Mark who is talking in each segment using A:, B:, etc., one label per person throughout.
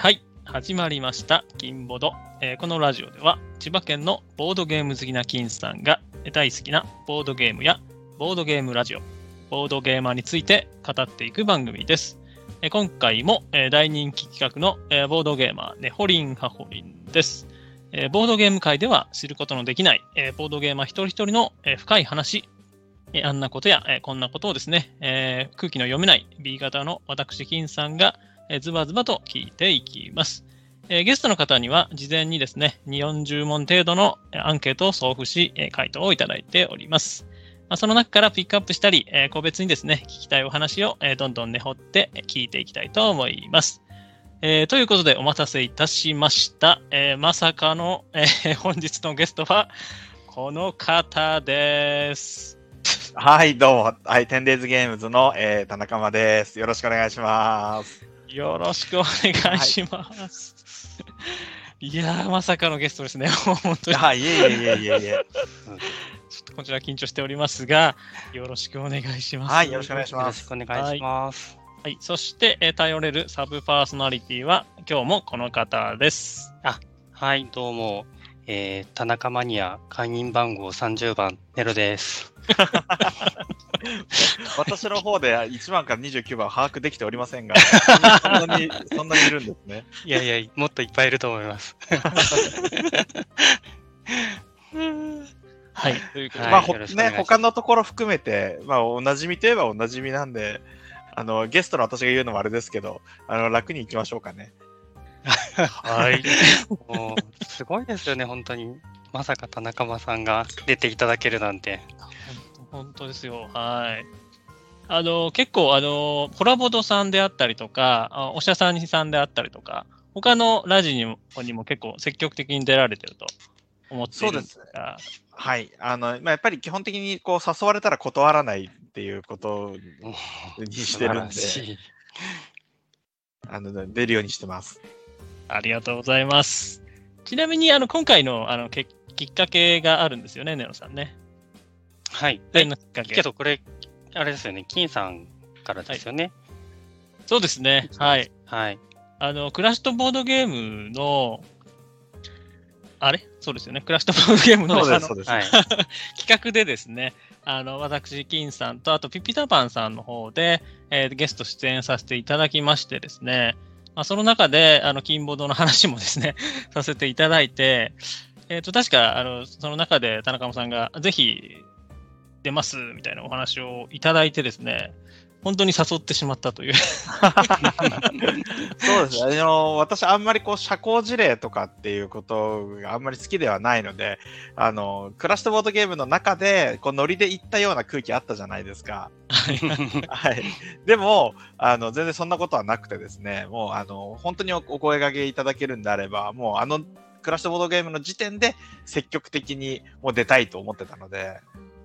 A: はい、始まりました金ボド、このラジオでは千葉県のボードゲーム好きな金さんが大好きなボードゲームやボードゲームラジオ、ボードゲーマーについて語っていく番組です。今回も大人気企画のボードゲーマーねほりんはほりんです。ボードゲーム界では知ることのできないボードゲーマー一人一人の深い話、あんなことやこんなことをですね、空気の読めない B 型の私金さんがズバズバと聞いていきます。ゲストの方には事前にですね、40問程度のアンケートを送付し、回答をいただいております。その中からピックアップしたり、個別にですね、聞きたいお話をどんどん根掘って聞いていきたいと思います。ということでお待たせいたしました。まさかの、本日のゲストはこの方です。
B: はい、どうも。はい、10days ゲームズの、田中間です。よろしくお願いします。
A: よろしくお願いします。はい、いやー、まさかのゲストですね。本当に。
B: はい、いえ。
A: ちょっとこちら緊張しておりますが、よろしくお願いします。
B: はい、よろしくお願いします。
C: よろしくお願いします。
A: はい、そして、頼れるサブパーソナリティは今日もこの方です。
C: はい、どうも。田中マニア会員番号30番ネロです。
B: 私の方で1番から29番把握できておりませんが、そんなにいるんですね。
C: いや、もっといっぱいいると思います。
A: はい。ということで、
B: まあね、他のところ含めて、まあ、おなじみといえばおなじみなんで、ゲストの私が言うのもあれですけど、楽に行きましょうかね。
A: はい。
C: もうすごいですよね、本当に。まさか田中間さんが出ていただけるなんて。
A: 本当ですよ。はい。結構、コラボドさんであったりとか、おしゃさんさんであったりとか、他のラジオにも結構積極的に出られてると思っているんですが。そうです。
B: はい。やっぱり基本的にこう誘われたら断らないっていうことにしてるんで、出るようにしてます。
A: ありがとうございます。ちなみに今回のきっかけがあるんですよね、ネロさんね。
C: はい。けどこれあれですよね、金さんからですよね。はい、
A: そうですね。はい。
C: はい。
A: クラッシュとボードゲームのそうですよね。クラッシュとボードゲームの企画でですね、私金さんとあとピピタパンさんの方で、ゲスト出演させていただきましてですね。その中で、金ボードの話もですね、させていただいて、確か、その中で田中さんが、ぜひ、出ます、みたいなお話をいただいてですね、本当に誘ってしまったという。
B: そうですね。私、あんまりこう、社交辞令とかっていうことがあんまり好きではないので、クラッシュボードゲームの中で、こう、ノリで行ったような空気あったじゃないですか。はい。でも、全然そんなことはなくてですね、もう、本当にお声掛けいただけるんであれば、もう、クラッシュボードゲームの時点で積極的にもう出たいと思ってたので、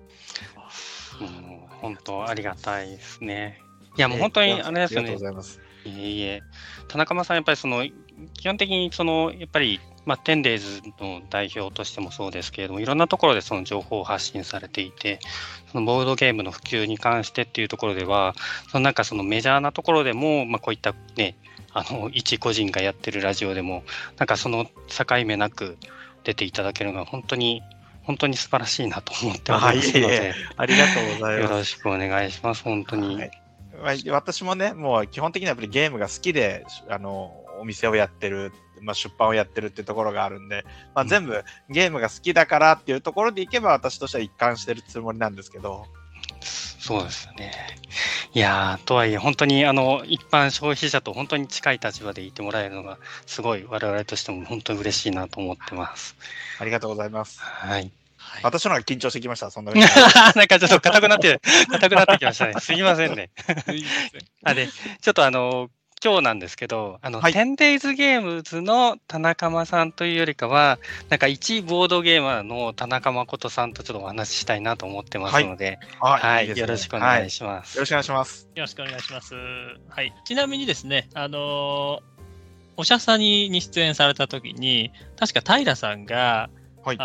C: 本当ありがたいですね。いやもう本当にあれですよね。
B: ありがとうございます。
C: いえ。田中間さんやっぱり基本的にやっぱり10days の代表としてもそうですけれども、いろんなところでその情報を発信されていて、そのボードゲームの普及に関してっていうところでは、なんかメジャーなところでもこういったね、一個人がやってるラジオでもなんかその境目なく出ていただけるのが本当に素晴らしいなと思っておりますので、
B: ありがとうございます。
C: よろしくお願いします。本当に。
B: はい、私もね、もう基本的にはやっぱりゲームが好きで、お店をやってる、出版をやってるっていうところがあるんで、全部ゲームが好きだからっていうところでいけば、私としては一貫してるつもりなんですけど。
C: そうですよね。いやー、とはいえ、本当に一般消費者と本当に近い立場でいてもらえるのが、すごい我々としても本当に嬉しいなと思ってます。
B: ありがとうございます。
C: はい。
B: 私の方が緊張してきました、そんな
C: なんかちょっと硬くなってきましたね。すいませんね。で、ちょっと今日なんですけど、10days ゲームズの田中間さんというよりかは、なんか一ボードゲーマーの田中誠さんとちょっとお話ししたいなと思ってますので、はい、よろしくお願いします。
B: よろしくお願いします。
A: よろしくお願いします。はい。ちなみにですね、おしゃさに出演された時に、確か平さんが、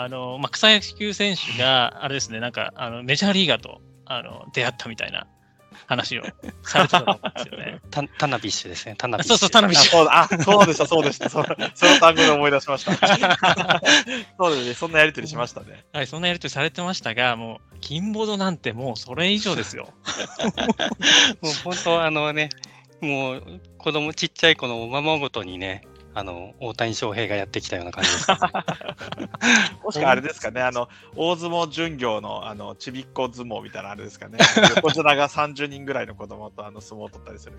A: 草野球選手が、あれですね、なんか、メジャーリーガーと、出会ったみたいな話をされてたと思うんですよね。
C: タナビッシュですね。タナビッシュ。
A: そうそう、タナビッシュ。
B: そうでした、そうでした。その単語で思い出しました。そうですね、そんなやりとりしましたね。
A: はい、そんなやりとりされてましたが、もう、金ボードなんてもうそれ以上ですよ。
C: もう本当もうちっちゃい子のおままごとにね、大谷翔平がやってきたような感じですね。
B: もしくはあれですかね、大相撲巡業の、ちびっこ相撲みたいなあれですかね。横綱が30人ぐらいの子供と相撲を取ったりする。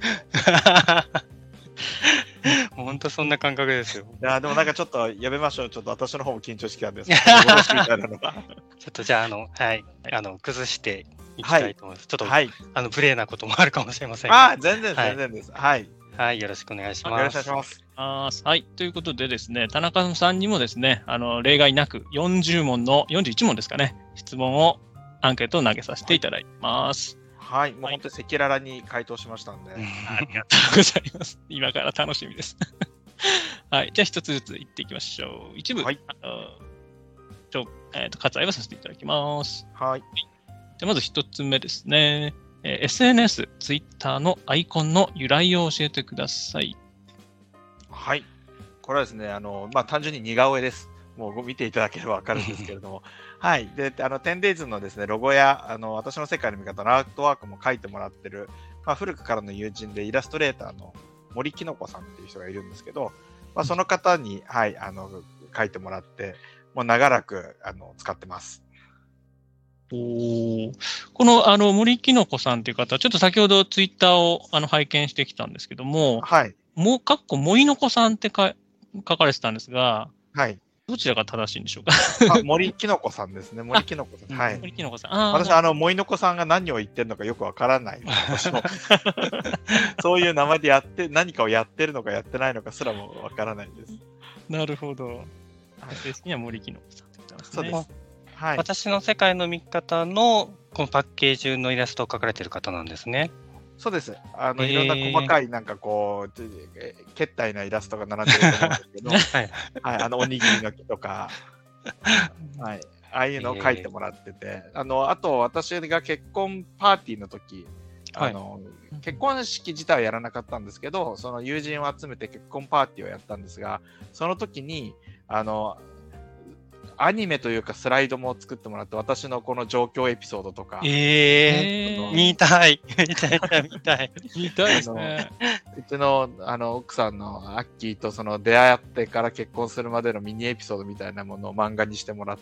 C: 本当そんな感覚ですよ。
B: いや、でもなんかちょっとやめましょう。ちょっと私の方も緊張してきたんですけど、みたいなのが。
C: ちょっとじゃあ、崩していきたいと思います。ちょっと、
B: はい。
C: 無礼なこともあるかもしれませんが。
B: 全然です。はい。
C: はい、よろしくお願いします。
B: よろしくお願いし
A: ます。はい。ということでですね、田中さんにもですね、例外なく41問ですかね、質問をアンケートを投げさせていただきます。
B: はい。もう本当に赤裸々に回答しましたんで。
A: ありがとうございます。今から楽しみです。はい。じゃあ一つずつ言っていきましょう。一部、割愛をさせていただきます。
B: はい。
A: じゃあまず一つ目ですね。SNS、Twitter のアイコンの由来を教えてください。
B: はい。これはですね、単純に似顔絵です。もう見ていただければわかるんですけれども。はい。で、10days のですね、ロゴや、私の世界の見方のアートワークも書いてもらってる、古くからの友人でイラストレーターの森きのこさんっていう人がいるんですけど、その方に、はい、書いてもらって、もう長らく、使ってます。
A: この森きのこさんという方は、ちょっと先ほどツイッターを拝見してきたんですけども、
B: はい。
A: 森のこさんって書かれてたんですが、
B: はい。
A: どちらが正しいんでしょうか。
B: 森きのこさんですね。森きのこさん。はい。
A: 森きのこさん。
B: 私、森のこさんが何を言ってるのかよくわからない。私もそういう名前で何かをやってるのかやってないのかすらもわからないんです。
A: なるほど。正式には森きのこさんって言ったんですね。
B: そうです。はい、
C: 私の世界の見方のこのパッケージのイラストを描かれている方なんですね。
B: そうです。いろんな細かいなんかこう、けったいなイラストが並んでると思うんですけど、はい、おにぎりの木とか、はい、ああいうのを書いてもらってて、あと私が結婚パーティーの時、結婚式自体はやらなかったんですけど、その友人を集めて結婚パーティーをやったんですが、その時に、アニメというかスライドも作ってもらって、私のこの状況エピソードとか。
C: 見たい
A: ですね。
B: うちの奥さんのアッキーとその出会ってから結婚するまでのミニエピソードみたいなものを漫画にしてもらって、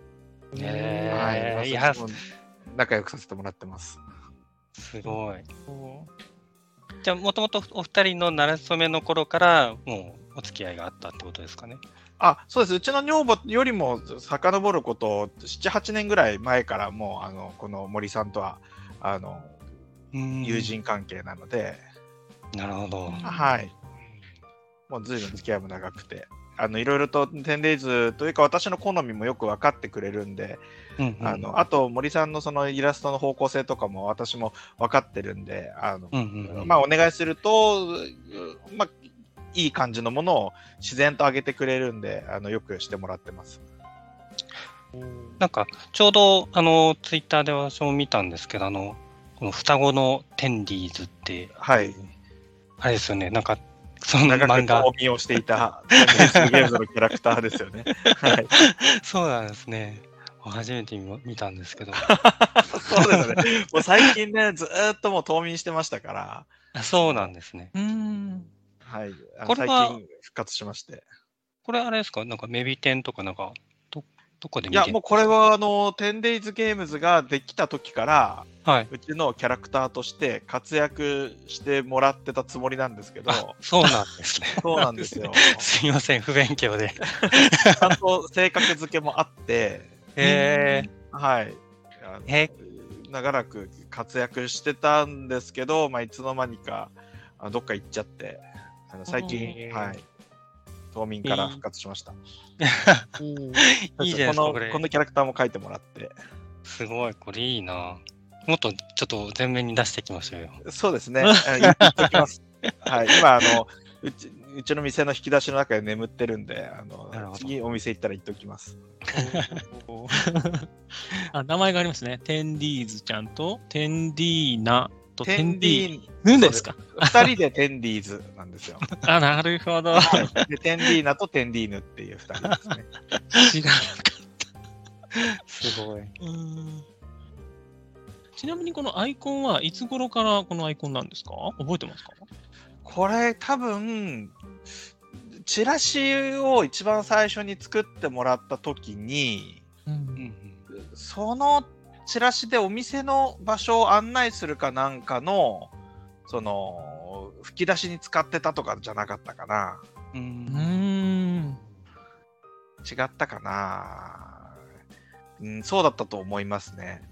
B: はい、仲良くさせてもらってます。
C: すごい。じゃあもともとお二人の馴れ初めの頃からもうお付き合いがあったってことですかね。
B: そうです。うちの女房よりも遡ることを7、8年ぐらい前からもうこの森さんとは友人関係なので。
C: なるほど。
B: はい。もう随分付き合いも長くて、いろいろと 10days というか私の好みもよく分かってくれるんで、あと森さんのそのイラストの方向性とかも私も分かってるんで、お願いすると、いい感じのものを自然と上げてくれるんで、よくしてもらってます。
C: なんかちょうどツイッターで私も見たんですけど、この双子のテンディーズって、
B: はい、
C: あれですよね、なんかその漫画
B: を見をしていたゲームのキャラクターですよね。はい、
C: そうなんですね。初めて見たんですけど。
B: そうですね。もう最近ね、ずーっともう冬眠してましたから。
C: そうなんですね。
B: はい。
C: これは
B: 最近復活しまして。
C: これあれですか、なんかメビテンとかなんかどこで見てるんですか？
B: いや、もうこれは10days ゲームズができた時から、うちのキャラクターとして活躍してもらってたつもりなんですけど。
C: そうなんですね。
B: そうなんですよ。
C: すいません、不勉強で。
B: ちゃんと性格付けもあって、はい。長らく活躍してたんですけど、いつの間にかどっか行っちゃって、最近、はい。冬眠から復活しました。
C: いいじゃないですか、これ。
B: このキャラクターも書いてもらって。
C: すごい、これいいな。もっとちょっと前面に出していきましょうよ。
B: そうですね。言っときます。はい。今、 うちの店の引き出しの中で眠ってるんで、
C: なるほど
B: 次お店行ったら言っておきます。
A: 名前がありますね。テンディーズちゃんと、テンディーナとテンディー
B: ヌ
A: ヌですか。
B: 2人でテンディーズなんですよ。
A: なるほど。
B: でテンディーナとテンディーヌっていう2人ですね。
A: 知らなかった。
C: すごい。
A: ちなみにこのアイコンはいつ頃からこのアイコンなんですか？覚えてますか？
B: これ多分、チラシを一番最初に作ってもらった時に、そのチラシでお店の場所を案内するかなんかの、その、吹き出しに使ってたとかじゃなかったかな。違ったかな。そうだったと思いますね。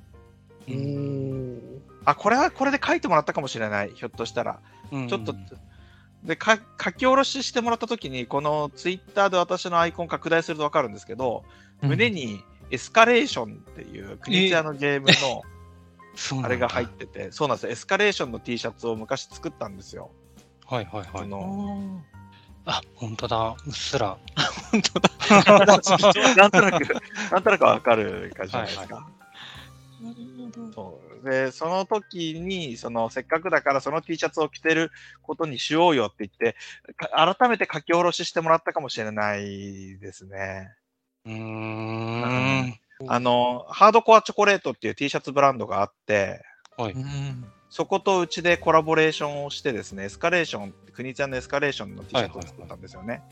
B: これはこれで書いてもらったかもしれない。ひょっとしたら。ちょっと、で、書き下ろししてもらったときに、このツイッターで私のアイコン拡大するとわかるんですけど、胸にエスカレーションっていう国津屋のゲームの、あれが入ってて、そうなんですよ。エスカレーションの T シャツを昔作ったんですよ。
C: はい。本当だ。うっすら。
A: 本当だ。
B: なんとなくわかる感じじゃないですか。そうで、その時に、せっかくだからその T シャツを着てることにしようよって言って、改めて書き下ろししてもらったかもしれないですね。ハードコアチョコレートっていう T シャツブランドがあって、そことうちでコラボレーションをしてですね、エスカレーション、国ちゃんのエスカレーションの T シャツを作ったんですよね。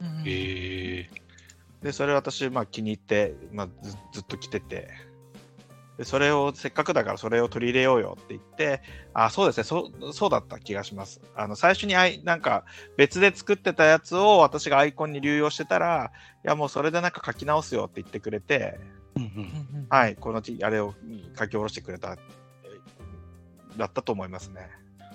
B: で、それ私、気に入って、ずっと着てて、でそれをせっかくだからそれを取り入れようよって言って、そうですね、そうだった気がします。最初になんか別で作ってたやつを私がアイコンに流用してたら、いやもうそれでなんか書き直すよって言ってくれて、はい、このあれを書き下ろしてくれただったと思いますね。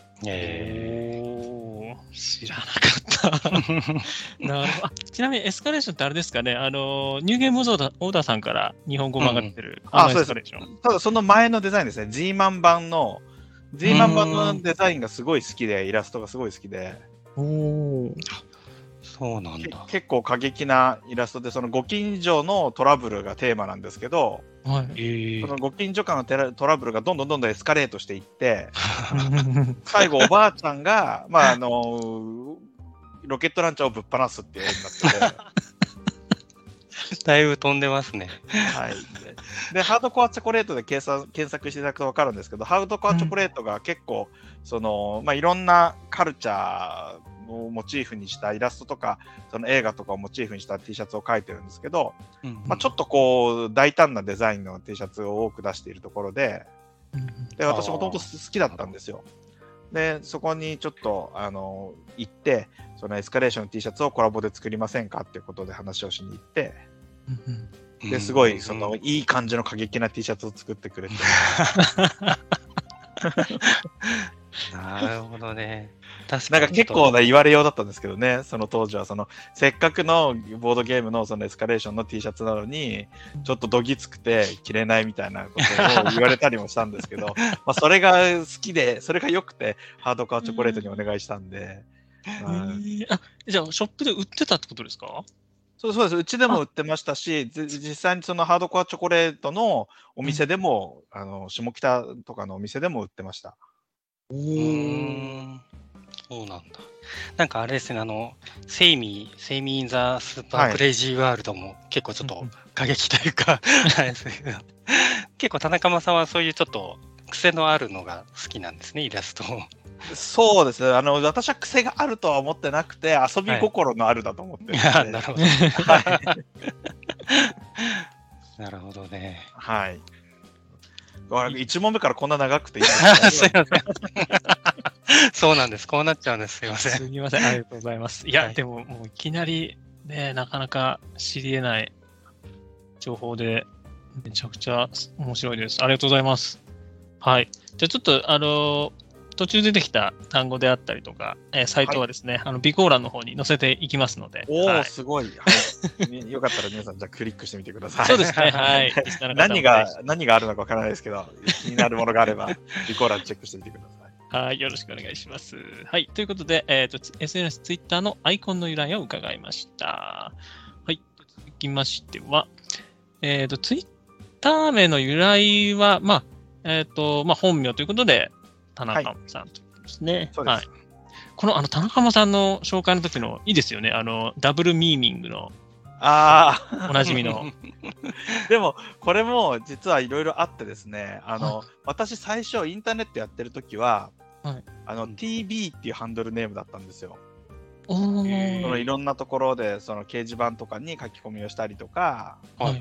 A: 知らなかった。なるほど。ちなみにエスカレーションってあれですかね、ニューゲームオーダーさんから日本語版が出てる、
B: そうです。ただその前のデザインですね、G マン版のデザインがすごい好きで、イラストがすごい好きで。
C: そうなんだ。
B: 結構過激なイラストで、そのご近所のトラブルがテーマなんですけど、そのご近所間のトラブルがどんどんエスカレートしていって、最後おばあちゃんが、ロケットランチャーをぶっ放すっていう絵になってて。
C: だいぶ飛んでますね。
B: はい。で、ハードコアチョコレートで検索していただくと分かるんですけど、ハードコアチョコレートが結構、いろんなカルチャーをモチーフにしたイラストとか、その映画とかをモチーフにした T シャツを描いてるんですけど、ちょっとこう、大胆なデザインの T シャツを多く出しているところで、私もともと好きだったんですよ。で、そこにちょっと、行って、そのエスカレーションの T シャツをコラボで作りませんかっていうことで話をしに行って、ですごい、いい感じの過激な T シャツを作ってくれて。
C: なるほどね。
B: なんか結構な言われようだったんですけどね、その当時はせっかくのボードゲームのそのエスカレーションの T シャツなのに、ちょっとどぎつくて着れないみたいなことを言われたりもしたんですけど、それが好きで、それが良くて、ハードコアチョコレートにお願いしたんで。
A: じゃあ、ショップで売ってたってことですか？
B: そうです。うちでも売ってましたし、実際にそのハードコアチョコレートのお店でも、下北とかのお店でも売ってました。
C: そうなんだ。なんかあれですね、セイミー・イン・ザ・スーパー・クレイジー・ワールドも結構ちょっと過激というか、結構田中間さんはそういうちょっと癖のあるのが好きなんですね、イラストを。
B: そうですね。私は癖があるとは思ってなくて、遊び心のあるだと思ってるので。
C: なるほど。なるほどね。
B: はい。1問目からこんな長くていいですか？
C: すいません。そうなんです。こうなっちゃうんです。すいません。
A: すみません。ありがとうございます。いや、でも、もういきなりね、なかなか知り得ない情報で、めちゃくちゃ面白いです。ありがとうございます。はい。じゃあちょっと、途中出てきた単語であったりとか、サイトはですね、備考欄の方に載せていきますので。
B: すごい。よかったら皆さん、じゃあクリックしてみてください。
A: そうですね。はい。
B: 何があるのかわからないですけど、気になるものがあれば、備考欄チェックしてみてください。
A: はい、よろしくお願いします。はい、ということで、SNS、Twitter のアイコンの由来を伺いました。はい、続きましては、Twitter 名の由来は、本名ということで、田中さんということですね。
B: そうです。
A: はい、この田中さんの紹介の時のいいですよね。ダブルミーミングのおなじみの。
B: でも、これも実はいろいろあってですね、私最初インターネットやってる時は、TB っていうハンドルネームだったんですよ。そのいろんなところでその掲示板とかに書き込みをしたりとか、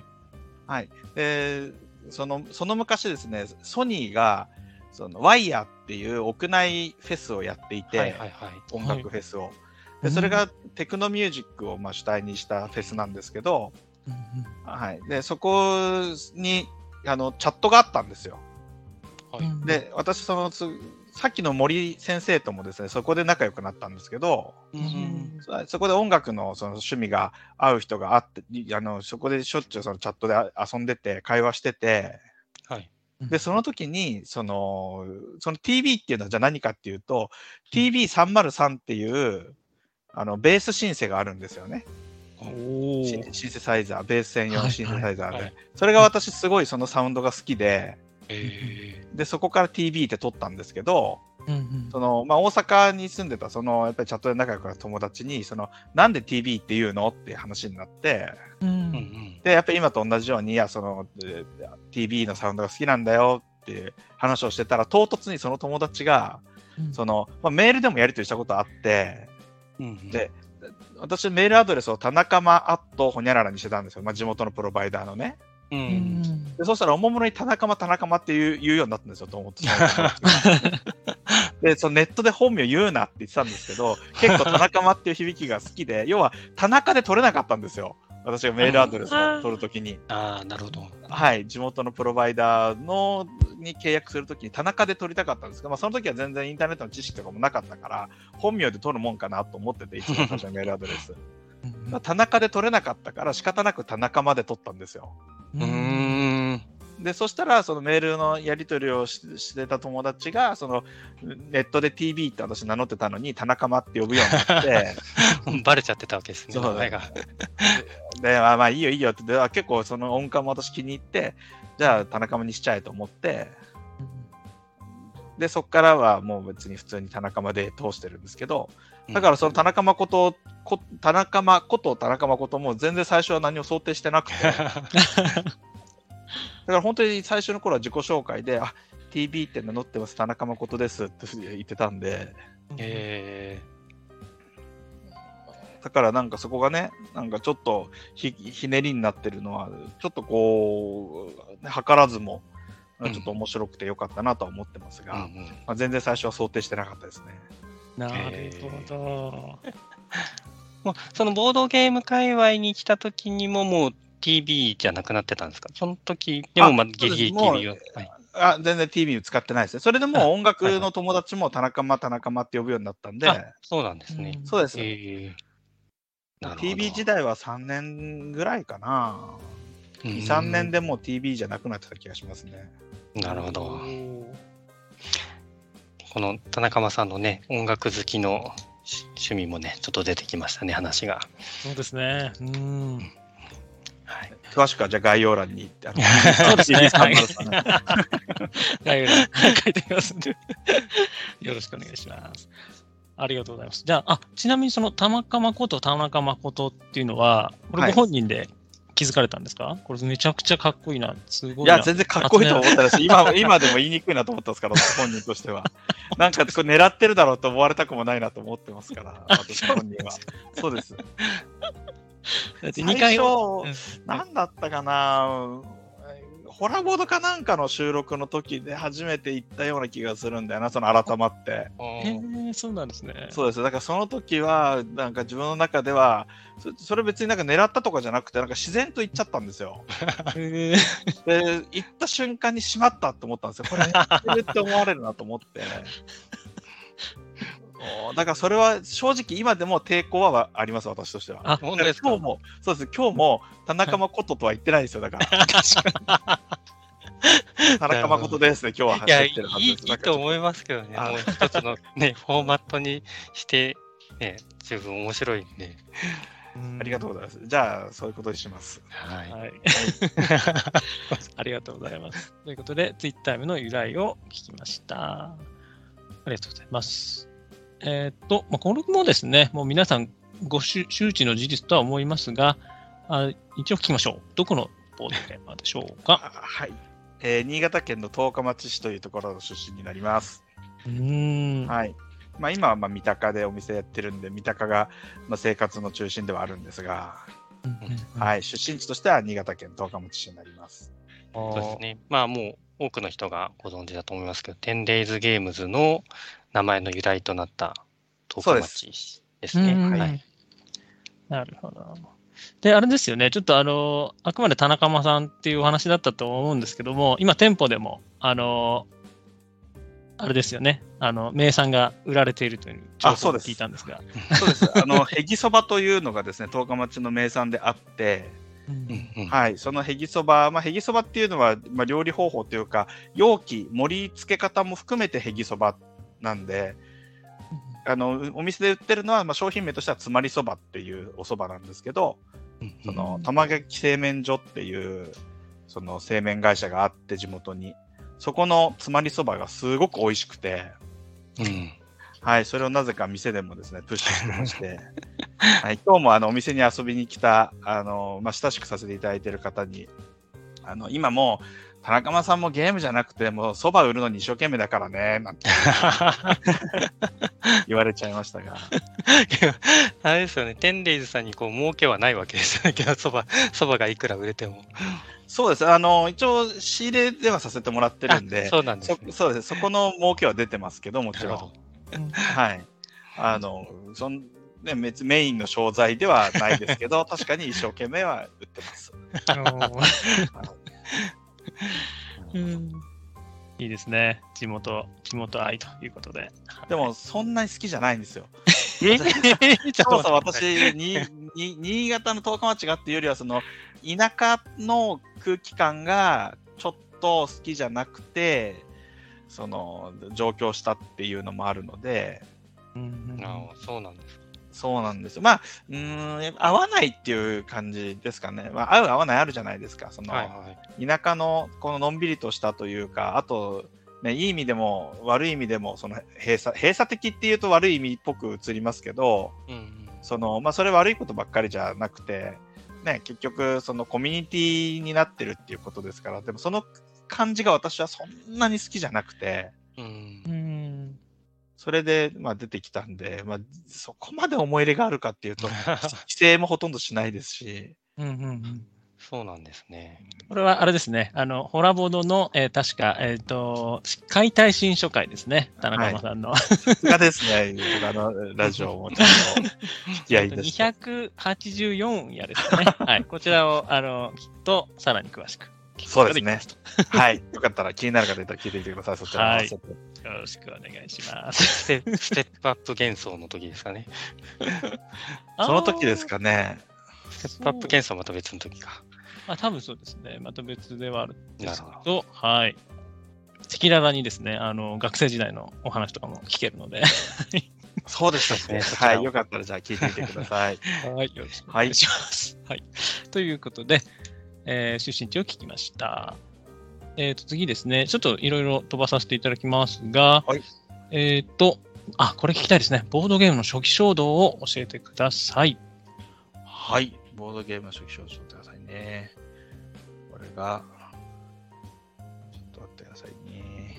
B: でその昔ですね、ソニーがそのワイヤーっていう屋内フェスをやっていて、音楽フェスを。でそれがテクノミュージックを主体にしたフェスなんですけど、でそこにチャットがあったんですよ。で私さっきの森先生ともですねそこで仲良くなったんですけど、そこで音楽のその趣味が合う人があってそこでしょっちゅうそのチャットで遊んでて会話してて、でその時にその TB っていうのはじゃあ何かっていうと、TB303 っていうベースシンセがあるんですよね。シンセサイザー、ベース専用のシンセサイザーで、それが私すごいそのサウンドが好きで、でそこから TB って取ったんですけど、大阪に住んでたやっぱりチャットで仲良くなった友達になんで TB って言うのって話になって、でやっぱり今と同じようにTB のサウンドが好きなんだよって話をしてたら、唐突にその友達がメールでもやり取りしたことあって、で私メールアドレスを田中間ほにゃららにしてたんですよ、地元のプロバイダーのね。でそしたらおもむろに田中間って言うようになったんですよと思って。でそのネットで本名言うなって言ってたんですけど、結構田中間っていう響きが好きで、要は田中で取れなかったんですよ、私がメールアドレスを取るときに。
C: なるほど。
B: 地元のプロバイダーに契約するときに田中で取りたかったんですけど、その時は全然インターネットの知識とかもなかったから本名で取るもんかなと思ってて、一番最初のメールアドレス田中で取れなかったから仕方なく田中まで取ったんですよ。でそしたらそのメールのやり取りをしてた友達がネットで TB って私名乗ってたのに田中間って呼ぶようになって
C: バレちゃってたわけですね。
B: そうだよ。でいいよいいよって結構その音感も私気に入って、じゃあ田中間にしちゃえと思って、でそこからはもう別に普通に田中間で通してるんですけど、だからその田中誠も全然最初は何も想定してなくてだから本当に最初の頃は自己紹介でTB って名乗ってます田中誠ですって言ってたんで、だからなんかそこがね、なんかちょっと ひねりになってるのはちょっとこう図らずもちょっと面白くてよかったなとは思ってますが、全然最初は想定してなかったですね。
A: なるほど。
C: もうそのボードゲーム界隈に来た時にももう TB じゃなくなってたんですか？その時でもギリギリ TB を。
B: 全然 TB 使ってないですね。それでも音楽の友達も田中間って呼ぶようになったんで。
C: そうなんですね。
B: そうです。TB 時代は3年ぐらいかな。2、3年でもう TB じゃなくなってた気がしますね。
C: なるほど。この田中間さんのね、音楽好きの趣味もね、ちょっと出てきましたね、話が。
A: そうですね。
B: 詳しくはじゃあ概要欄に
A: そうですね。概要欄書いてみますんでよろしくお願いします。ありがとうございます。じゃあ、ちなみにその田中誠っていうのは、これご本人で気づかれたんですか？これめちゃくちゃかっこいいな。すごいな。
B: いや、全然かっこいいと思ったです。今でも言いにくいなと思ったんですから、本人としては。なんかこれ狙ってるだろうと思われたくもないなと思ってますから、私本人は。そうです。最初、何だったかな、ホラボードかなんかの収録の時で初めて行ったような気がするんだよな、その改まって。
A: そうなんですね。
B: そうです。だからその時は、なんか自分の中では、それ別になんか狙ったとかじゃなくて、なんか自然と行っちゃったんですよ。で、行った瞬間にしまったって思ったんですよ。これやってるって思われるなと思って。だからそれは正直今でも抵抗はあります、私としては。
C: 本当ですか？
B: 今日も田中誠とは言ってないですよ、だから。 田中誠ですね、今日は。
C: いや、いいと思いますけどね。もう一つのね、フォーマットにして、ね、十分面白いんで。
B: ありがとうございます。じゃあ、そういうことにします。
C: はい。
A: ありがとうございます。ということで、ツイッターの由来を聞きました。ありがとうございます。これもですね、もう皆さんご周知の事実とは思いますが、一応聞きましょう。どこのボードゲーマーでしょうか。
B: はい。新潟県の十日町市というところの出身になります。はい。今は三鷹でお店やってるんで、三鷹が生活の中心ではあるんですが、はい、出身地としては新潟県十日町市になります。
C: そうですね。もう多くの人がご存知だと思いますけど、10daysゲームズの名前の由来となった十日町ですね。はい。
A: なるほど。で、あれですよね。ちょっとあくまで田中間さんっていうお話だったと思うんですけども、今店舗でも、あれですよね。名産が売られているという情報を聞いたんですが。
B: そうです。へぎそばというのがですね、十日町の名産であって、はい、そのへぎそば、へぎそばっていうのは、料理方法というか、容器、盛り付け方も含めてへぎそばなんで、お店で売ってるのは、商品名としてはつまりそばっていうおそばなんですけど、その玉垣製麺所っていうその製麺会社があって地元に、そこのつまりそばがすごく美味しくて、はい、それをなぜか店でもですねプッシュしてまして、はい、今日もお店に遊びに来た親しくさせていただいている方に今もう田中間さんもゲームじゃなくてもうそば売るのに一生懸命だからねなんて言われちゃいましたが
C: あれですよね、10daysさんに儲けはないわけですよね、そばがいくら売れても。
B: そうです。一応仕入れではさせてもらってるんで、
C: そうなんですね。
B: そうです。そこの儲けは出てますけど、もちろん。はい。メインの商材ではないですけど、確かに一生懸命は売ってます。
A: いいですね。地元愛ということで。
B: でも、そんなに好きじゃないんですよ。
C: そ
B: もそも私、新潟の十日町がっていうよりは、その、田舎の空気感がちょっと好きじゃなくて、その、上京したっていうのもあるので、
C: そうなんですか。
B: そうなんですよ。合わないっていう感じですかね。合う合わないあるじゃないですか。その、田舎のこののんびりとしたというか、あと、ね、いい意味でも悪い意味でもその閉鎖的っていうと悪い意味っぽく映りますけど、それ悪いことばっかりじゃなくて、ね、結局そのコミュニティになってるっていうことですから、でもその感じが私はそんなに好きじゃなくて、それで出てきたんで、そこまで思い入れがあるかっていうと規制もほとんどしないですし。
C: そうなんですね。
A: これはあれですね。ホラボードの、確か、解体新書会ですね。田中間さんの。
B: さすがですね。ラジオもちゃんと引き合いです。
A: 284夜ですね。はい。こちらを、きっと、さらに詳しく。
B: そうですね。はい。よかったら気になる方いたら聞いてみてください。そちらも合わせて。
A: よろしくお願いします。
C: ステップアップ幻想の時ですかね。
B: その時ですかね。
C: ステップアップ幻想はまた別の時か。
A: 多分そうですね。また別ではあるんですけど、はい。赤裸々にですね、学生時代のお話とかも聞けるので。
B: そうでしたね。はい。よかったらじゃあ聞いてみてください。
A: はい。よろしくお願いします。はい。ということで、出身地を聞きました。次ですね、ちょっといろいろ飛ばさせていただきますが、これ聞きたいですね。ボードゲームの初期衝動を教えてください。
B: はい。ボードゲームの初期衝動くださいね。これが、ちょっと待ってくださいね。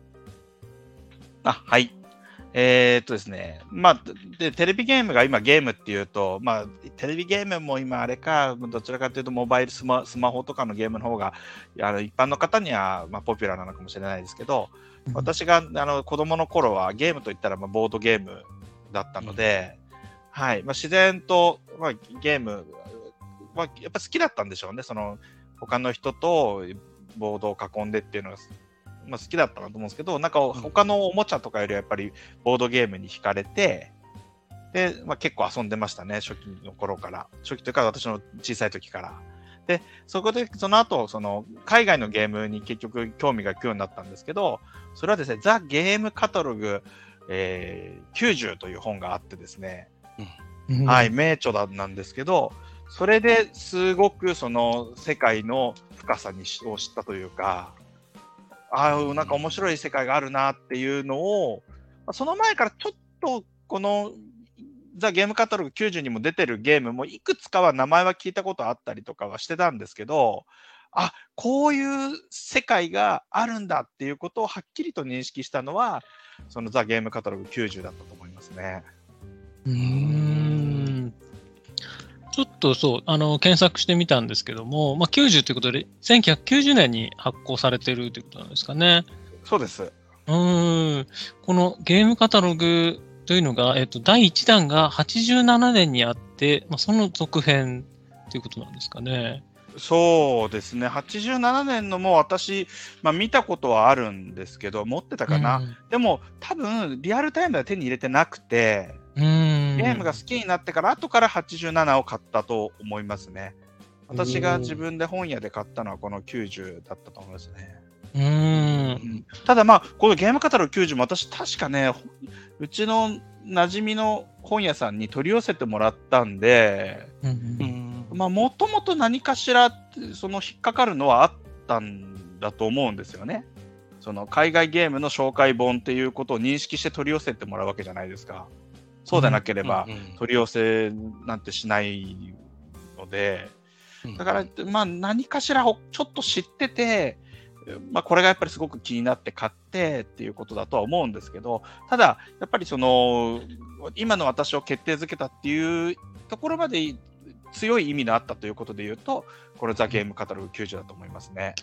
B: はい。ですね。テレビゲームが今ゲームっていうと、テレビゲームも今あれか、どちらかというとモバイルスマホとかのゲームの方が、一般の方にはポピュラーなのかもしれないですけど、私が子供の頃はゲームといったらボードゲームだったので、はい。自然と、ゲームはやっぱ好きだったんでしょうね。その、他の人とボードを囲んでっていうのが、好きだったなと思うんですけど、なんか他のおもちゃとかよりはやっぱりボードゲームに惹かれて、で、結構遊んでましたね、初期の頃から。初期というか私の小さい時から。 で、そこで、その後、海外のゲームに結局興味がいくようになったんですけど、それはですね、ザ・ゲームカタログ、90という本があってですね、はい、名著なんですけど、それですごくその世界の深さを知ったというか、なんか面白い世界があるなっていうのを、その前からちょっとこのザ・ゲームカタログ90にも出てるゲームもいくつかは名前は聞いたことあったりとかはしてたんですけど、こういう世界があるんだっていうことをはっきりと認識したのは、そのザ・ゲームカタログ90だったと思いますね。
A: ちょっとそう、検索してみたんですけども、90ということで、1990年に発行されてるということなんですかね。
B: そうです。
A: このゲームカタログというのが、第1弾が87年にあって、その続編ということなんですかね。
B: そうですね。87年のも私、見たことはあるんですけど、持ってたかな。でも、多分、リアルタイムでは手に入れてなくて、ゲームが好きになってから、後から87を買ったと思いますね。私が自分で本屋で買ったのはこの90だったと思いますね。ただこのゲームカタログ90も私確かね、うちの馴染みの本屋さんに取り寄せてもらったんで、もともと何かしら引っかかるのはあったんだと思うんですよね。その海外ゲームの紹介本っていうことを認識して取り寄せてもらうわけじゃないですか。そうでなければ取り寄せなんてしないので、だから何かしらをちょっと知ってて、これがやっぱりすごく気になって買ってっていうことだとは思うんですけど、ただやっぱり今の私を決定づけたっていうところまで強い意味のあったということで言うと、これザ・ゲームカタログ90だと思いますね。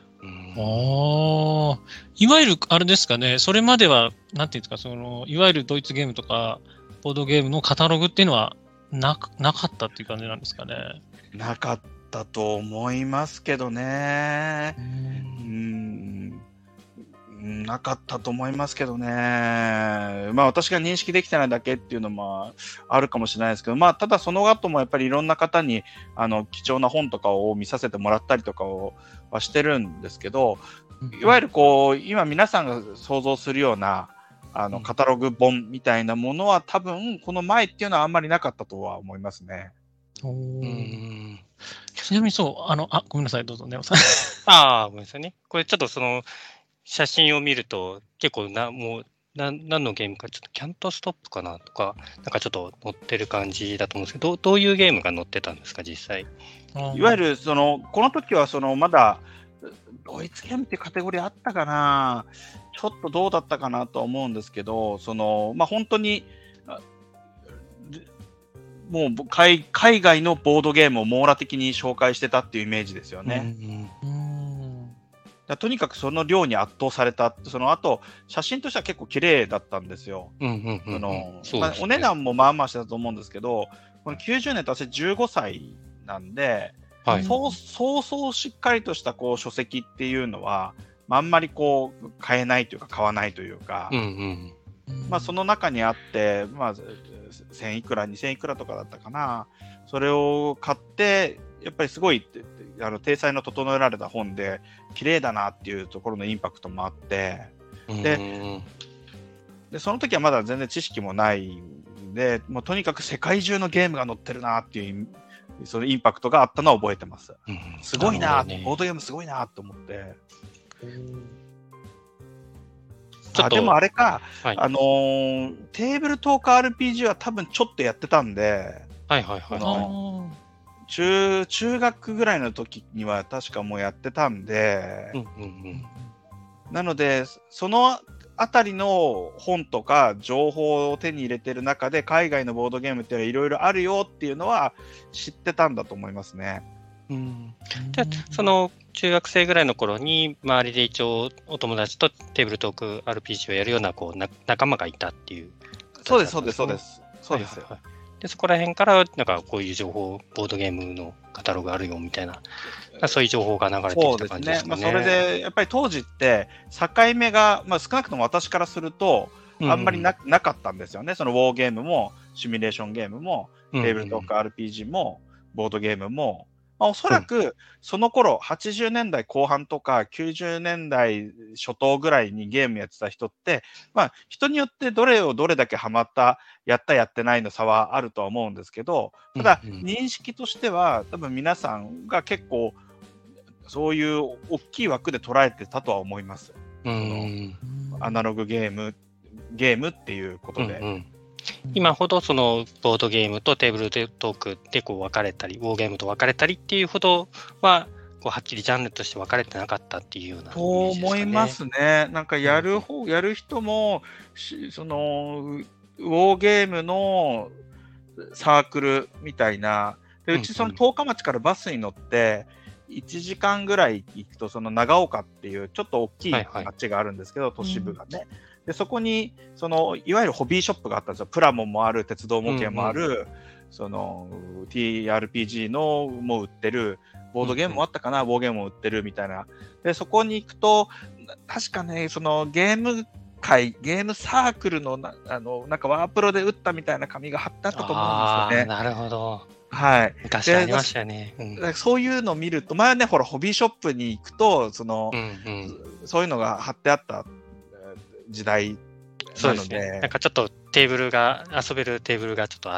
A: いわゆるあれですかね、それまではなんていうんですか、いわゆるドイツゲームとかボードゲームのカタログっていうのはなかったっていう感じなんですかね。
B: なかったと思いますけどね。なかったと思いますけどね。私が認識できてないだけっていうのもあるかもしれないですけど、ただその後もやっぱりいろんな方に貴重な本とかを見させてもらったりとかはしてるんですけど、いわゆる今皆さんが想像するようなカタログ本みたいなものは多分この前っていうのはあんまりなかったとは思いますね。
A: ちなみにそう、ごめんなさい、どうぞ、ネオさん。
C: ごめんなさいね。これちょっと写真を見ると、結構何のゲームか、ちょっとキャントストップかなとか、なんかちょっと載ってる感じだと思うんですけど、どういうゲームが載ってたんですか、実際。
B: いわゆるこの時はまだドイツゲームっていうカテゴリーあったかな、ちょっとどうだったかなとは思うんですけど、本当にもう海外のボードゲームを網羅的に紹介してたっていうイメージですよね。とにかくその量に圧倒された。あと写真としては結構綺麗だったんですよ。お値段もしてたと思うんですけど、この90年と私15歳なんで、そうそうしっかりとした書籍っていうのは、あんまり買えないというか買わないというか、その中にあって、1000いくら2000いくらとかだったかな、それを買ってやっぱりすごい体裁の整えられた本で綺麗だなっていうところのインパクトもあって、でその時はまだ全然知識もないんで、もうとにかく世界中のゲームが載ってるなっていうそのインパクトがあったのは覚えてます。すごいな、ボードゲームすごいなと思って。でもあれか、テーブルトーク RPG は多分ちょっとやってたんで、中学ぐらいの時には確かもうやってたんで、なのでそのあたりの本とか情報を手に入れてる中で海外のボードゲームっていろいろあるよっていうのは知ってたんだと思いますね。
C: じゃあその中学生ぐらいの頃に周りで一応お友達とテーブルトーク RPG をやるような仲間がいたっていう、
B: そうです。
C: でそこら辺からなんかこういう情報、ボードゲームのカタログあるよみたいな、そういう情報が流れてきた感じですかね。
B: それでやっぱり当時って境目が、少なくとも私からするとあんまりなかったんですよね。そのウォーゲームもシミュレーションゲームもテーブルトーク RPG もボードゲームもおそらくその頃、80年代後半とか90年代初頭ぐらいにゲームやってた人って、人によってどれをどれだけハマった、やったやってないの差はあるとは思うんですけど、ただ認識としては多分皆さんが結構そういう大きい枠で捉えてたとは思います。アナログゲームっていうことで。
C: 今ほどそのボードゲームとテーブルトークでこう分かれたり、ウォーゲームと分かれたりっていうほどは、こうはっきりジャンルとして分かれてなかったっていうようなイメージですかね。
B: と思いますね。なんかやる人も、そのウォーゲームのサークルみたいな、でうちその十日町からバスに乗って、1時間ぐらい行くと、その長岡っていうちょっと大きい町があるんですけど、都市部がね。でそこにそのいわゆるホビーショップがあったんですよ。プラモもある、鉄道模型もある、その TRPG のも売ってる、ボードゲームもあったかな、ウォーゲームも売ってるみたいな。でそこに行くと、確かね、そのゲームサークルのなんかワープロで打ったみたいな紙が貼ってあったと思うんですよね。
C: なるほど。
B: はい。
C: 昔ありましたよね。
B: そういうのを見ると、前はね、ほら、ホビーショップに行くと、そういうのが貼ってあった時代なので。
C: なんかちょっと遊べるテーブルがちょっとあって。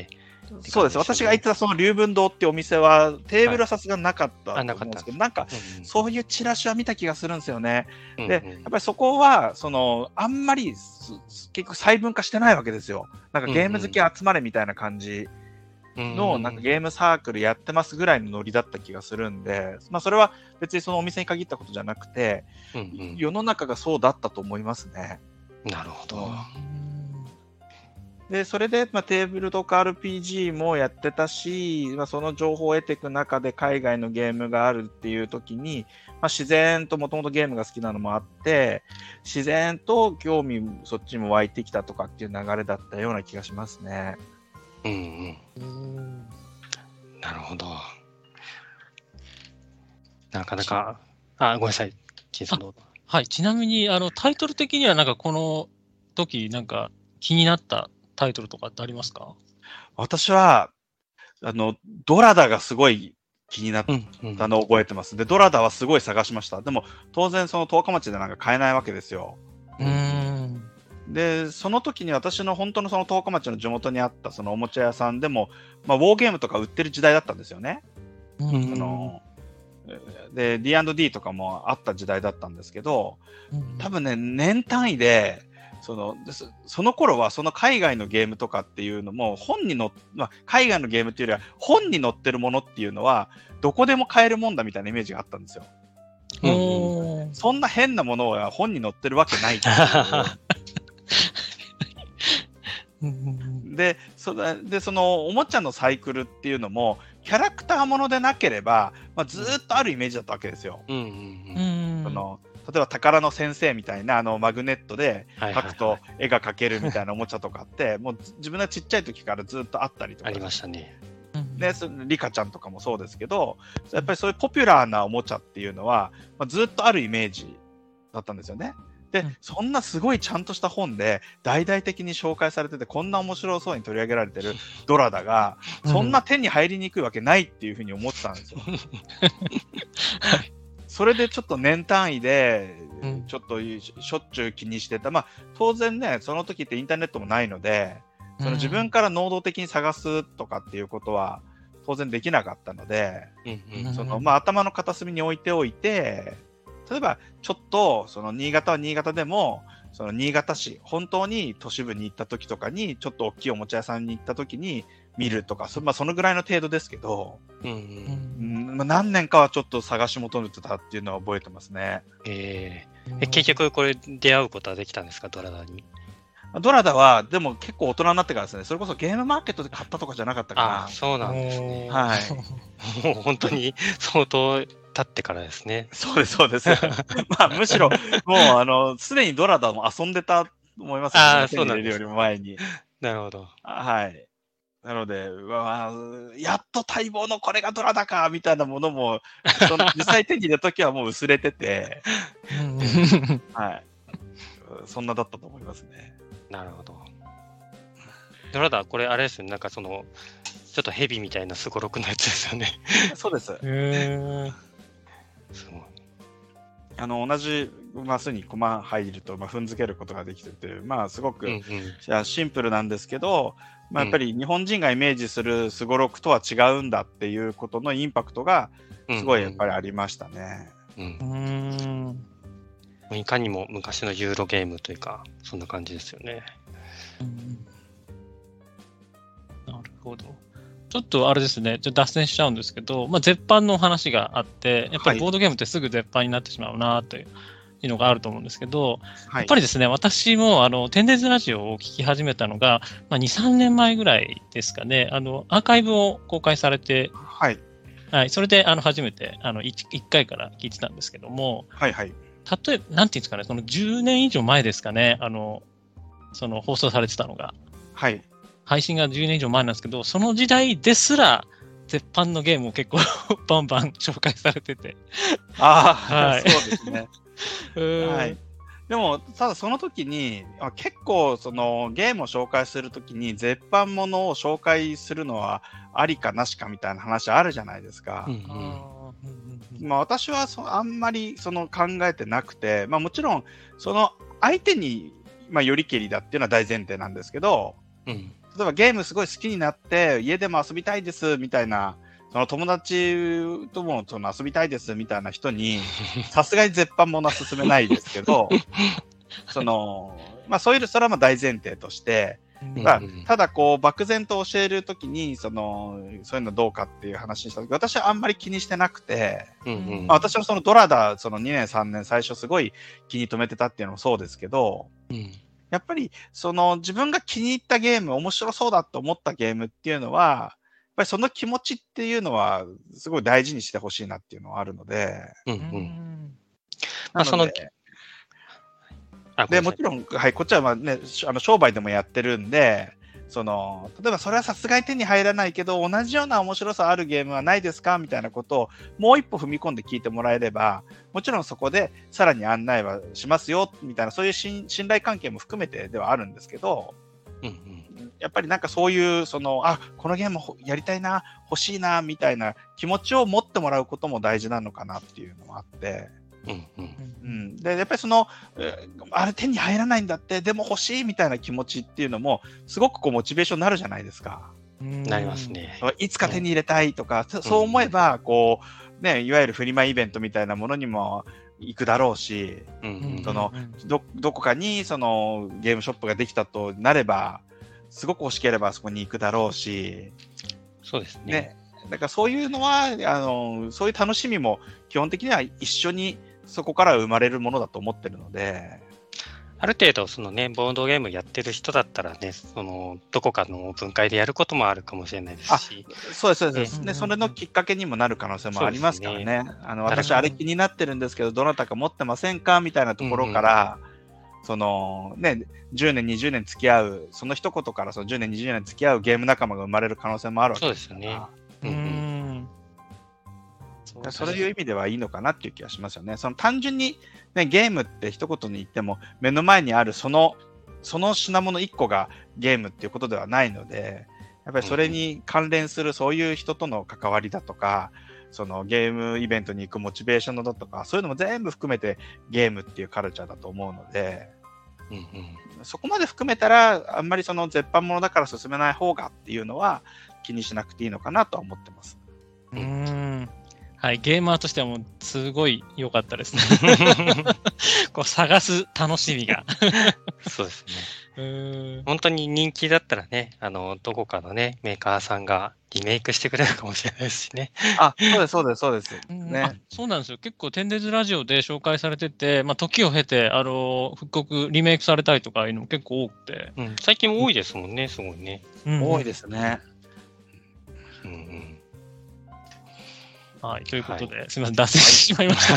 B: そうです。私が行ってたその龍文堂っていうお店は、テーブルはさすがになかったと思うんですけど、なんか、そういうチラシは見た気がするんですよね。で、やっぱりそこは、あんまり、結局細分化してないわけですよ。なんかゲーム好き集まれみたいな感じの、なんかゲームサークルやってますぐらいのノリだった気がするんで、それは別にそのお店に限ったことじゃなくて、世の中がそうだったと思いますね。
C: なるほど。
B: で、それで、テーブルとか RPG もやってたし、その情報を得ていく中で海外のゲームがあるっていう時に、自然ともともとゲームが好きなのもあって、自然と興味そっちも湧いてきたとかっていう流れだったような気がしますね。
C: なるほど。なかなか、ごめんなさい、金さんどうぞ。
A: はい、ちなみにタイトル的にはなんかこの時なんか気になったタイトルとかってありますか？
B: 私はドラダがすごい気になったのを覚えてます。で、ドラダはすごい探しました。でも当然その十日町でなんか買えないわけですよ。で、その時に私の本当のその十日町の地元にあったそのおもちゃ屋さんでも、ウォーゲームとか売ってる時代だったんですよね。で、D&D とかもあった時代だったんですけど、多分ね、年単位で、その頃はその海外のゲームとかっていうのも海外のゲームっていうよりは本に載ってるものっていうのはどこでも買えるもんだみたいなイメージがあったんですよ。そんな変なものは本に載ってるわけないっていうでそのおもちゃのサイクルっていうのもキャラクターものでなければ、ずーっとあるイメージだったわけですよ。例えば宝の先生みたいなマグネットで描くと絵が描けるみたいなおもちゃとかってもう自分がちっちゃい時からずっとあったりとか
C: ありましたね。
B: でリカちゃんとかもそうですけど、やっぱりそういうポピュラーなおもちゃっていうのは、ずっとあるイメージだったんですよね。で、そんなすごいちゃんとした本で大々的に紹介されててこんな面白そうに取り上げられてるドラダが、そんな手に入りにくいわけないっていうふうに思ってたんですよ。それでちょっと年単位でちょっとしょっちゅう気にしてた。当然ね、その時ってインターネットもないので、その自分から能動的に探すとかっていうことは当然できなかったので、頭の片隅に置いておいて、例えばちょっとその新潟は新潟でも、その新潟市本当に都市部に行った時とかにちょっと大きいおもちゃ屋さんに行った時に見るとか、そのぐらいの程度ですけど、何年かはちょっと探し求めてたっていうのは覚えてますね。
C: 結局これ出会うことはできたんですか、ドラダに？
B: ドラダはでも結構大人になってからですね。それこそゲームマーケットで買ったとかじゃなかったかな。
C: そうなんですね。
B: はい。
C: もう本当に相当経ってからですね。
B: そうですそうです。むしろもうすでにドラダも遊んでたと思います
C: ね。そうなんです。
B: よりも前に。
C: なるほど。
B: はい。なので、やっと待望のこれがドラダかみたいなものも、実際手に入れた時はもう薄れてて、はい。そんなだったと思いますね。
C: なるほど。ドラダ、これあれですよね、なんかその、 ちょっとヘビみたいなすごろくのやつですよね。
B: そうです。
A: へえ。
C: すごい。
B: 同じマスに駒入ると、踏んづけることができてて、すごく、シンプルなんですけど、やっぱり日本人がイメージするすごろくとは違うんだっていうことのインパクトがすごいやっぱりありましたね。
C: いかにも昔のユーロゲームというか、そんな感じですよね。
A: なるほど。ちょっとあれですね、脱線しちゃうんですけど、絶版の話があって、やっぱりボードゲームってすぐ絶版になってしまうなというのがあると思うんですけど、やっぱりですね、私も10daysラジオを聞き始めたのが、2、3年前ぐらいですかね、アーカイブを公開されて、それで初めて1回から聞いてたんですけども、例えば、なんていうんですかね、その10年以上前ですかね、その放送されてたのが。配信が10年以上前なんですけど、その時代ですら、絶版のゲームを結構バンバン紹介されてて。
B: そうですね。でも、ただその時に、結構そのゲームを紹介するときに、絶版ものを紹介するのはありかなしかみたいな話あるじゃないですか。私はあんまりその考えてなくて、もちろん、その相手によりけりだっていうのは大前提なんですけど、例えばゲームすごい好きになって家でも遊びたいですみたいな、その友達ともその遊びたいですみたいな人にさすがに絶版ものは勧めないですけどそれは大前提として、ただこう漠然と教えるときにそういうのどうかっていう話にしたとき、私はあんまり気にしてなくて、私もそのドラダその2年3年最初すごい気に留めてたっていうのもそうですけど、やっぱり自分が気に入ったゲーム、面白そうだと思ったゲームっていうのは、やっぱりその気持ちっていうのはすごい大事にしてほしいなっていうのはあるので、でもちろん、こっちは商売でもやってるんで、例えばそれはさすがに手に入らないけど同じような面白さあるゲームはないですかみたいなことをもう一歩踏み込んで聞いてもらえれば、もちろんそこでさらに案内はしますよみたいな、そういう信頼関係も含めてではあるんですけど、やっぱりそういうこのゲームやりたいな、欲しいなみたいな気持ちを持ってもらうことも大事なのかなっていうのもあって、でやっぱりあれ手に入らないんだってでも欲しいみたいな気持ちっていうのもすごくモチベーションになるじゃないですか。
C: なりますね。
B: いつか手に入れたいとか、そう思えばいわゆるフリマイベントみたいなものにも行くだろうし、どこかにゲームショップができたとなればすごく欲しければそこに行くだろうし、
C: そうですね。
B: だからそういうのはそういう楽しみも基本的には一緒にそこから生まれるものだと思ってるので、
C: ある程度ボードゲームやってる人だったらね、どこかの分解でやることもあるかもしれないですし、
B: そうですね。それのきっかけにもなる可能性もありますからね。私あれ気になってるんですけどどなたか持ってませんかみたいなところから、10年20年付き合うその一言から10年20年付き合うゲーム仲間が生まれる可能性もあるわけですから。そうですよね。そういう意味ではいいのかなっていう気がしますよね。単純に、ゲームって一言に言っても目の前にあるその品物1個がゲームっていうことではないので、やっぱりそれに関連するそういう人との関わりだとか、ゲームイベントに行くモチベーションだとか、そういうのも全部含めてゲームっていうカルチャーだと思うので、そこまで含めたらあんまり絶版ものだから進めない方がっていうのは気にしなくていいのかなとは思ってます。
A: はい、ゲーマーとしてはもうすごい良かったですね。探す楽しみが。
C: そうですね。本当に人気だったらね、どこかのね、メーカーさんがリメイクしてくれるかもしれないですしね。
B: そうです。
A: そうなんですよ。結構、10daysラジオで紹介されてて、時を経て、復刻、リメイクされたりとかいうのも結構多くて。
C: 最近多いですもんね、すごいね。
B: 多いですね。
A: はい、ということで、すみません、脱線してしまいました。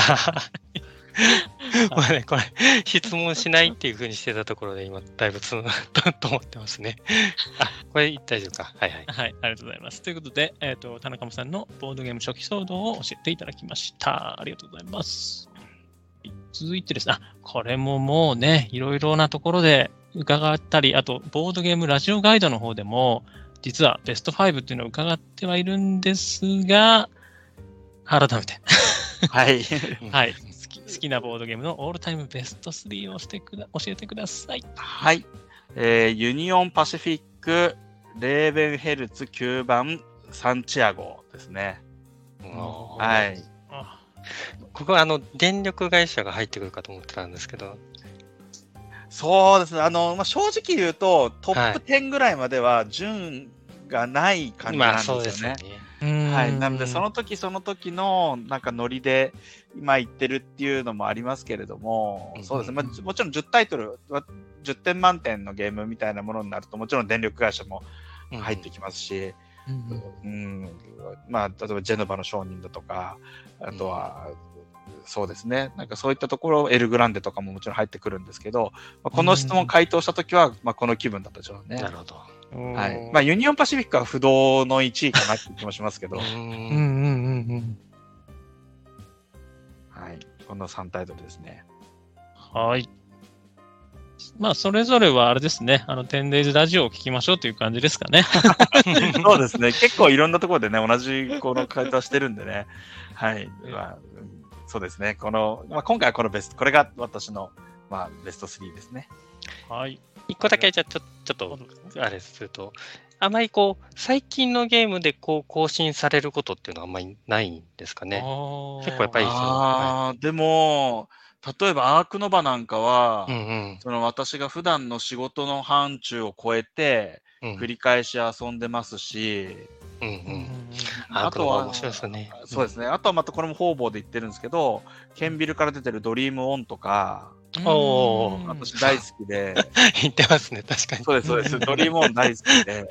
C: これ、質問しないっていうふうにしてたところで、今、だいぶと思ってますね。これ、大丈夫か。はい、
A: ありがとうございます。ということで、田中さんのボードゲーム初期騒動を教えていただきました。ありがとうございます。続いてですね、これももうね、いろいろなところで伺ったり、あと、ボードゲームラジオガイドの方でも、 実はベスト5っていうのを伺ってはいるんですが、改めて、
B: はい。
A: はい、好きなボードゲームのオールタイムベスト3を教えてください。
B: はい。ユニオンパシフィック、レーベンヘルツ9番、サンチアゴですね。はい。
C: ここは電力会社が入ってくるかと思ってたんですけど。
B: そうですね。正直言うと、トップ10ぐらいまでは順がない感じなんですよね。
C: そうですよ
B: ね。はい。なので、その時その時のなんかノリで今言ってるっていうのもありますけれども、そうですね。もちろん10タイトルは10点満点のゲームみたいなものになると、もちろん電力会社も入ってきますし、例えばジェノバの商人だとか、あとは、そうですね。なんかそういったところ、エルグランデとかももちろん入ってくるんですけど、この質問回答したときは、この気分だったでしょうね。
C: なるほど。
B: はい。ユニオンパシフィックは不動の1位かなって気もしますけど。はい。この3タイトルですね。
A: はい。それぞれはあれですね。10days ラジオを聞きましょうという感じですかね。
B: そうですね。結構いろんなところでね、同じこの回答してるんでね。はい。そうですね。今回はこれが私の、ベスト3ですね。
A: はい。
C: 一個だけじゃちょっと、あれすると、あまり最近のゲームで更新されることっていうのはあんまりないんですかね。結構やっぱり
B: でも、例えばアークノバなんかは、私が普段の仕事の範疇を超えて、繰り返し遊んでますし、あとは、そうですね。あとはまたこれも方々で言ってるんですけど、ケンビルから出てるドリームオンとか、私大好きで。
C: 言ってますね、確かに。
B: そうです。ドリームオン大好きで。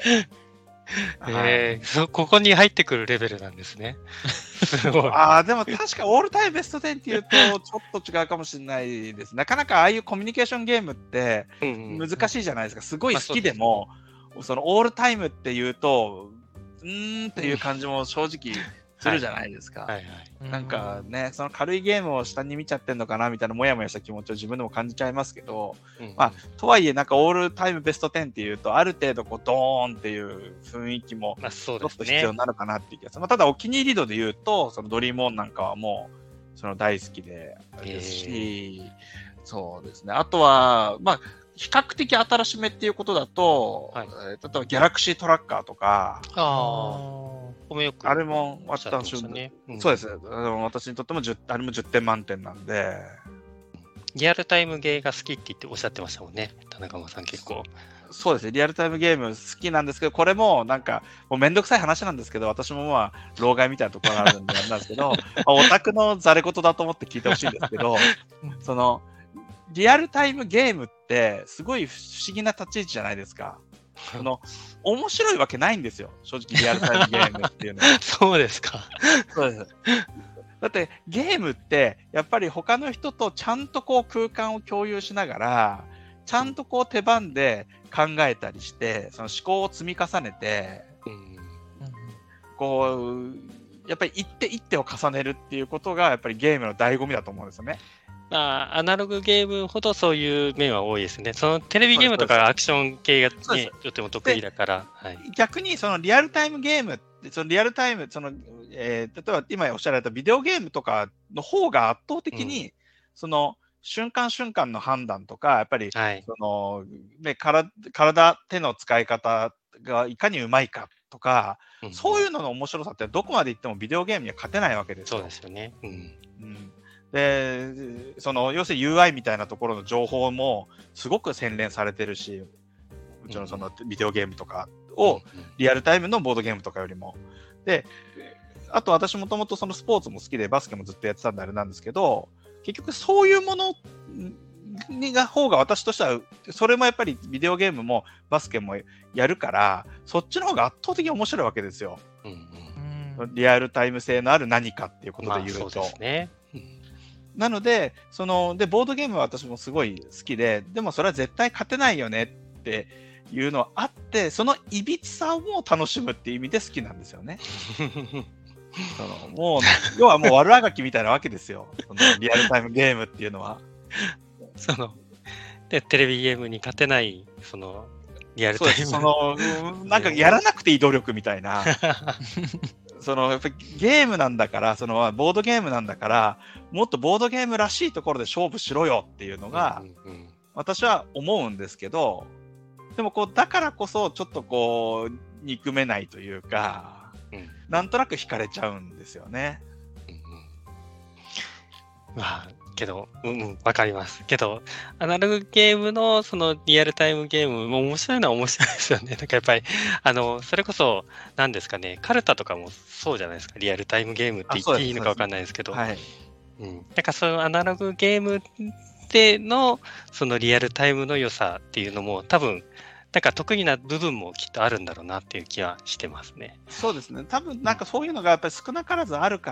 C: ここに入ってくるレベルなんですね。
B: でも確かオールタイムベスト10っていうと、ちょっと違うかもしれないです。なかなかああいうコミュニケーションゲームって難しいじゃないですか。すごい好きでも、そのオールタイムっていうと、っていう感じも正直するじゃないですか。なんかね、その軽いゲームを下に見ちゃってんのかなみたいなもやもやした気持ちを自分でも感じちゃいますけど、とはいえなんかオールタイムベスト10っていうと、ある程度ドーンっていう雰囲気もちょっと必要になるかなっていう気がする。ただお気に入り度で言うと、そのドリームオンなんかはもうその大好きでですし、そうですね。あとは比較的新しめっていうことだと、例えばギャラクシートラッカーとか、あれも私そうです。私にとってもあれも10点満点なんで。
C: リアルタイムゲーが好きって言っておっしゃってましたもんね、田中さん結構。
B: そうですね。リアルタイムゲーム好きなんですけど、これもなんか、もうめんどくさい話なんですけど、私も老害みたいなところがあるんでなんですけど、オタクのざれ言だと思って聞いてほしいんですけど、リアルタイムゲームってすごい不思議な立ち位置じゃないですか。面白いわけないんですよ。正直リアルタイムゲームっていうのは。
C: そうですか。
B: そうです。だってゲームってやっぱり他の人とちゃんと空間を共有しながら、ちゃんと手番で考えたりして、その思考を積み重ねて、やっぱり一手一手を重ねるっていうことがやっぱりゲームの醍醐味だと思うんですよね。
C: アナログゲームほどそういう面は多いですね。そのテレビゲームとかアクション系がね、とても得意だから。
B: 逆にそのリアルタイムゲームって、そのリアルタイム、例えば今おっしゃられたビデオゲームとかの方が圧倒的に、その瞬間瞬間の判断とか、やっぱり、体、手の使い方がいかにうまいかとか、そういうのの面白さってどこまでいってもビデオゲームには勝てないわけですよ。
C: そうですよね。
B: で、要するに UI みたいなところの情報もすごく洗練されてるし、もちろんそのビデオゲームとかをリアルタイムのボードゲームとかよりも。で、あと私もともとそのスポーツも好きでバスケもずっとやってたんであれなんですけど、結局そういうものが方が私としては、それもやっぱりビデオゲームもバスケもやるから、そっちの方が圧倒的に面白いわけですよ。リアルタイム性のある何かっていうことで言うと。
C: そうですね。
B: なので、ボードゲームは私もすごい好きで、でもそれは絶対勝てないよねっていうのはあって、そのいびつさを楽しむっていう意味で好きなんですよね。要はもう悪あがきみたいなわけですよ。リアルタイムゲームっていうのは。
C: テレビゲームに勝てない、 リアル
B: そうです。
C: タイム。
B: なんかやらなくていい努力みたいな。やっぱりゲームなんだから、ボードゲームなんだから、もっとボードゲームらしいところで勝負しろよっていうのが、私は思うんですけど、でもだからこそ、ちょっと憎めないというか、なんとなく惹かれちゃうんですよね。
C: まあ、けど、わかります。けど、アナログゲームのそのリアルタイムゲームも面白いのは面白いですよね。なんかやっぱり、それこそ、何ですかね、カルタとかもそうじゃないですか。リアルタイムゲームって言っていいのかわかんないですけど。
B: はい。
C: なんかそういうアナログゲームでの、そのリアルタイムの良さっていうのも、多分、なんか得意な部分もきっとあるんだろうなっていう気はしてますね。
B: そうですね。多分なんかそういうのがやっぱり少なからずあるから、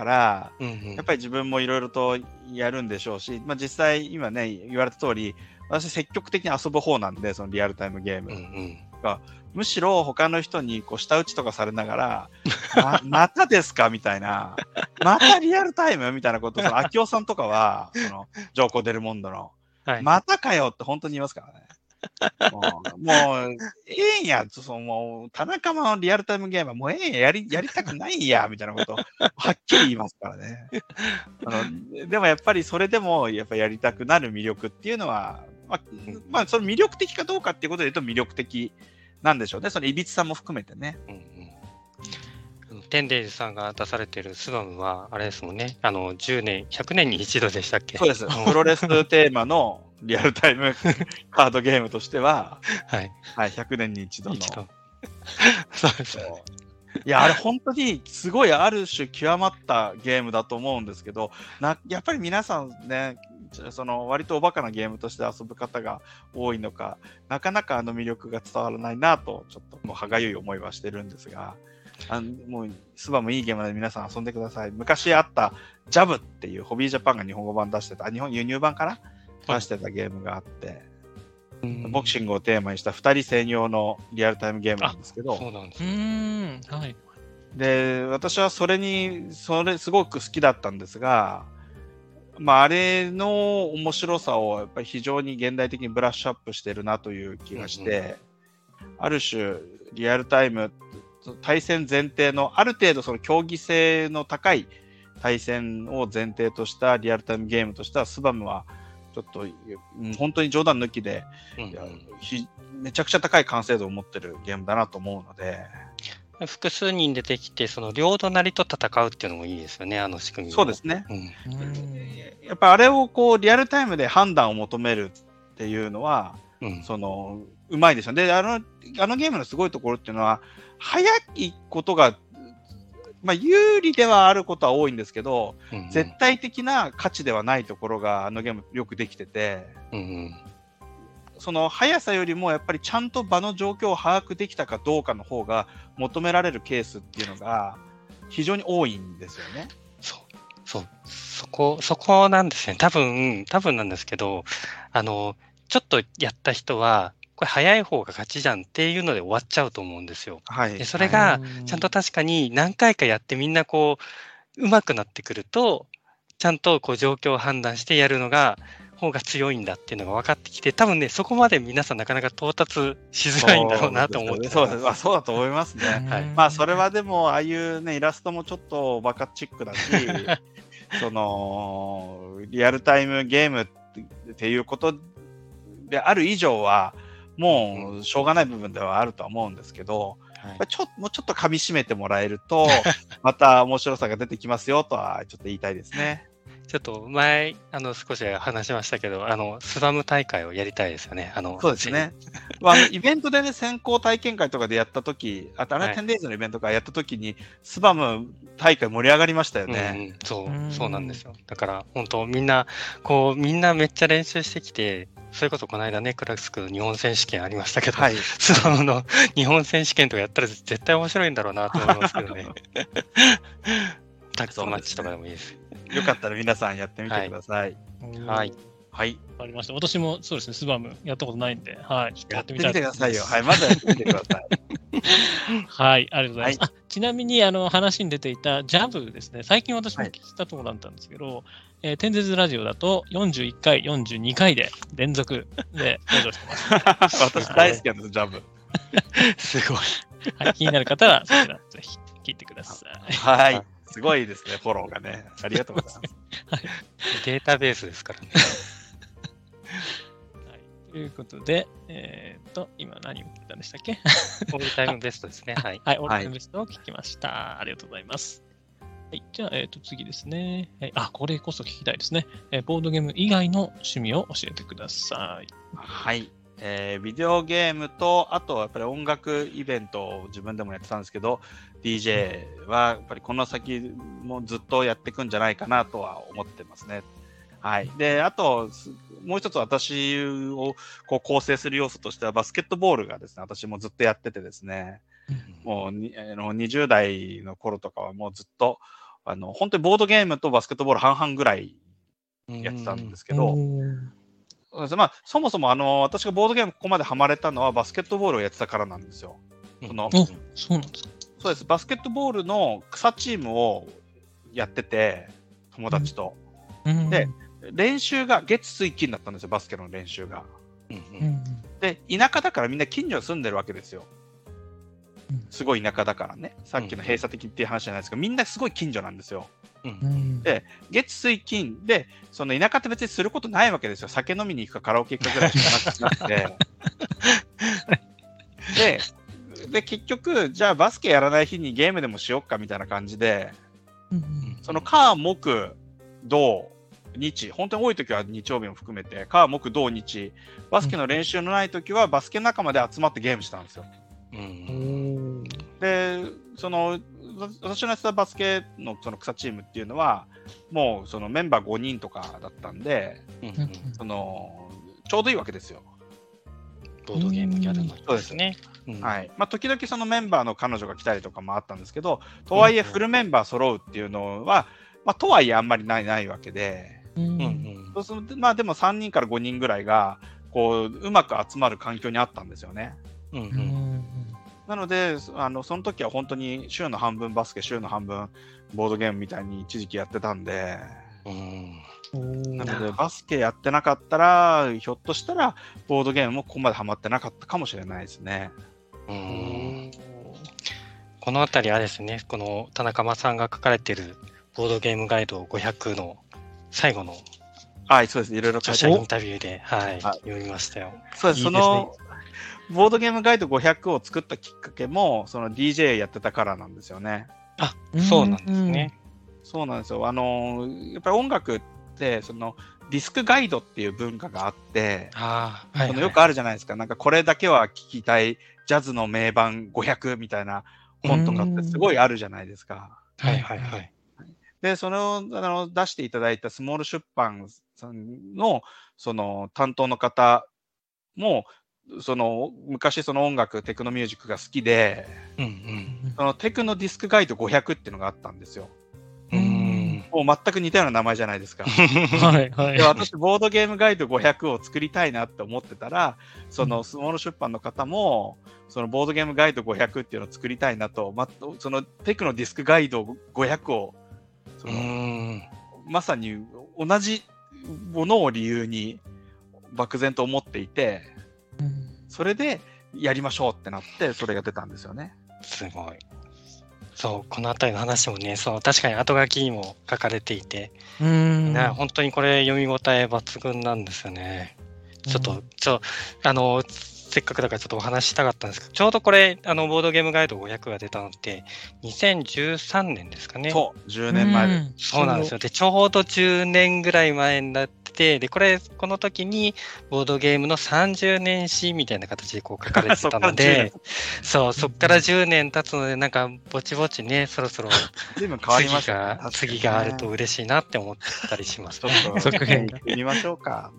B: やっぱり自分もいろいろとやるんでしょうし、実際今ね、言われた通り、私積極的に遊ぶ方なんで、そのリアルタイムゲームが、むしろ他の人に舌打ちとかされながら、またですかみたいな、またリアルタイムみたいなことを、秋夫さんとかは、ジョーコ・デルモンドの、またかよって本当に言いますからね。もう、ええんや、もう、田中のリアルタイムゲームはもうええんや、やりたくないんや、みたいなことをはっきり言いますからね。でもやっぱりそれでも、やっぱやりたくなる魅力っていうのは、その魅力的かどうかっていうことで言うと魅力的なんでしょうね。そのいびつさも含めてね。
C: テンデイズさんが出されてるスバムは、あれですもんね。10年、100年に一度でしたっけ？
B: そうです。プロレステーマのリアルタイムカードゲームとしては、はい、100年に一度の。
C: そうです。
B: いや、あれ本当にすごいある種極まったゲームだと思うんですけど、やっぱり皆さんね、割とおバカなゲームとして遊ぶ方が多いのか、なかなか魅力が伝わらないなと、ちょっと歯がゆい思いはしてるんですが、もうスバもいいゲームなので皆さん遊んでください。昔あったジャブっていうホビージャパンが日本語版出してた、日本輸入版かな出してたゲームがあって、ボクシングをテーマにした2人専用のリアルタイムゲームなんですけど、
C: そうなんですね。
A: はい。
B: で、私はそれすごく好きだったんですが、あれの面白さをやっぱり非常に現代的にブラッシュアップしてるなという気がして、ある種リアルタイム対戦前提のある程度その競技性の高い対戦を前提としたリアルタイムゲームとしてはスバムはちょっと本当に冗談抜きで、めちゃくちゃ高い完成度を持ってるゲームだなと思うので、
C: 複数人出てきてその両隣と戦うっていうのもいいですよね、仕組み。
B: そうですね。やっぱあれをリアルタイムで判断を求めるっていうのは、うまいですよね。で、あのゲームのすごいところっていうのは、早いことが、有利ではあることは多いんですけど、絶対的な価値ではないところがゲームよくできてて、その速さよりもやっぱりちゃんと場の状況を把握できたかどうかの方が求められるケースっていうのが非常に多いんですよね。
C: そこなんですね。多分なんですけど、ちょっとやった人は、これ早い方が勝ちじゃんっていうので終わっちゃうと思うんですよ。でそれがちゃんと確かに何回かやってみんな上手くなってくると、ちゃんと状況を判断してやるのが方が強いんだっていうのが分かってきて、多分ね、そこまで皆さんなかなか到達しづらいんだろうなと思って
B: そうだと思いますね。それはでもああいうねイラストもちょっとバカチックだしリアルタイムゲームっていうことである以上はもうしょうがない部分ではあるとは思うんですけど、もうちょっと噛み締めてもらえるとまた面白さが出てきますよとはちょっと言いたいですね。
C: ちょっと前少し話しましたけど、スバム大会をやりたいですよね。
B: そうですね。イベントでね、先行体験会とかでやったとき、あれは 10days のイベントからやったときに、スバム大会盛り上がりましたよね。
C: そうなんですよ。だから本当みんなめっちゃ練習してきて、それこそこの間ね、クラスク日本選手権ありましたけど、スバムの日本選手権とかやったら絶対面白いんだろうなと思いますけどね。タッグマッチとかでもいいです。
B: よかったら皆さんやってみてください。
C: はい。
A: わかりました。私もそうですね、スバムやったことないんで、
B: やってみてくださいよ。まずはやってみてください。
A: ありがとうございます。ちなみに話に出ていたジャブですね、最近私も聞いたところだったんですけど、テンデイズラジオだと41回、42回で連続で登場してます。
B: 私大好きなんです、ジャブ。
C: すごい。
A: はい、気になる方はそちらぜひ聞いてください。
B: はい。すごいですね、フォローがね。ありがとうございます。
C: データベースですからね。
A: はい、ということで、今何を言ったんでしたっけ？
C: オールタイムベストですね。はい。
A: はい、オールタイムベストを聞きました。ありがとうございます。はい、じゃあ、次ですね。これこそ聞きたいですね。ボードゲーム以外の趣味を教えてください。
B: はい。ビデオゲームと、あとはやっぱり音楽イベントを自分でもやってたんですけど、DJ はやっぱりこの先もずっとやっていくんじゃないかなとは思ってますね。はい。で、あと、もう一つ私をこう構成する要素としては、バスケットボールがですね、私もずっとやっててですね、もう20代の頃とかはもうずっと、本当にボードゲームとバスケットボール半々ぐらいやってたんですけど、まあ、そもそも私がボードゲームここまでハマれたのはバスケットボールをやってたからなんですよ。
A: そうなんですか。
B: そうです。バスケットボールの草チームをやってて、友達と。で、練習が月水金だったんですよ、バスケの練習が。で、田舎だからみんな近所に住んでるわけですよ。すごい田舎だからね。さっきの閉鎖的っていう話じゃないですけど、みんなすごい近所なんですよ。で、月水金で、その田舎って別にすることないわけですよ。酒飲みに行くかカラオケ行くかぐらいしかなくて。で、結局、じゃあバスケやらない日にゲームでもしよっかみたいな感じで、その火、木、土、日、本当に多い時は日曜日も含めて、火、木、土、日、バスケの練習のない時はバスケ仲間で集まってゲームしたんですよ。で、私のやってたバスケのその草チームっていうのは、もうそのメンバー5人とかだったんで、ちょうどいいわけですよ。
C: ボードゲームやるのにですね。
B: はい。まあ、時々そのメンバーの彼女が来たりとかもあったんですけど、とはいえフルメンバー揃うっていうのは、まあ、とはいえあんまりないわけで、そうすると、まあでも3人から5人ぐらいが、こう、うまく集まる環境にあったんですよね。なので、その時は本当に週の半分バスケ、週の半分ボードゲームみたいに一時期やってたんで、なのでバスケやってなかったら、ひょっとしたらボードゲームもここまでハマってなかったかもしれないですね。
C: このあたりはですね、この田中間さんが書かれているボードゲームガイド500の最後の
B: はい、そうです。いろいろ
C: 著者インタビューで、読みましたよ。
B: そうです。ボードゲームガイド500を作ったきっかけも、その DJ やってたからなんですよね。
C: あ、そうなんですね。
B: そうなんですよ。やっぱり音楽って、そのディスクガイドっていう文化があって、よくあるじゃないですか。なんかこれだけは聞きたいジャズの名盤500みたいな本とかってすごいあるじゃないですか。で、それを出していただいたスモール出版さんのその担当の方も、昔その音楽、テクノミュージックが好きで、そのテクノディスクガイド500っていうのがあったんですよ。もう全く似たような名前じゃないですか。で、私、ボードゲームガイド500を作りたいなって思ってたら、そのスモール出版の方も、そのボードゲームガイド500っていうのを作りたいなと、そのテクノディスクガイド500を、まさに同じものを理由に漠然と思っていて、それでやりましょうってなって、それが出たんですよね。
C: すごい。そう、このあたりの話もね、確かに後書きにも書かれていて、本当にこれ読み応え抜群なんですよね。せっかくだからちょっとお話ししたかったんですけど、ちょうどこれ、ボードゲームガイド500が出たのって、2013年ですかね。
B: そう、10年前です。
C: そうなんですよ。で、ちょうど10年ぐらい前になって、で、この時に、ボードゲームの30年史みたいな形でこう書かれてたので、そっから10年経つので、なんか、ぼちぼちね、そろそろ、
B: 随分変わりましたね。
C: 次があると嬉しいなって思ったりします。
B: ちょっと、続編行ってみましょうか。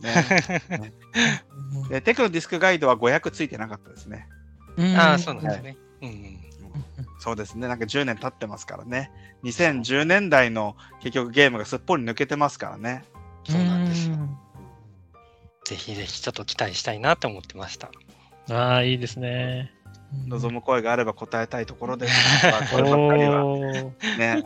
B: で、テクノディスクガイドは500ついてなかったですね。
C: そうなんですね。
B: そうですね。なんか10年経ってますからね。2010年代の結局ゲームがすっぽり抜けてますからね。
C: そうなんですよ。ぜひぜひちょっと期待したいなって思ってました。
A: いいですね。
B: 望む声があれば答えたいところです。こればっかりはね、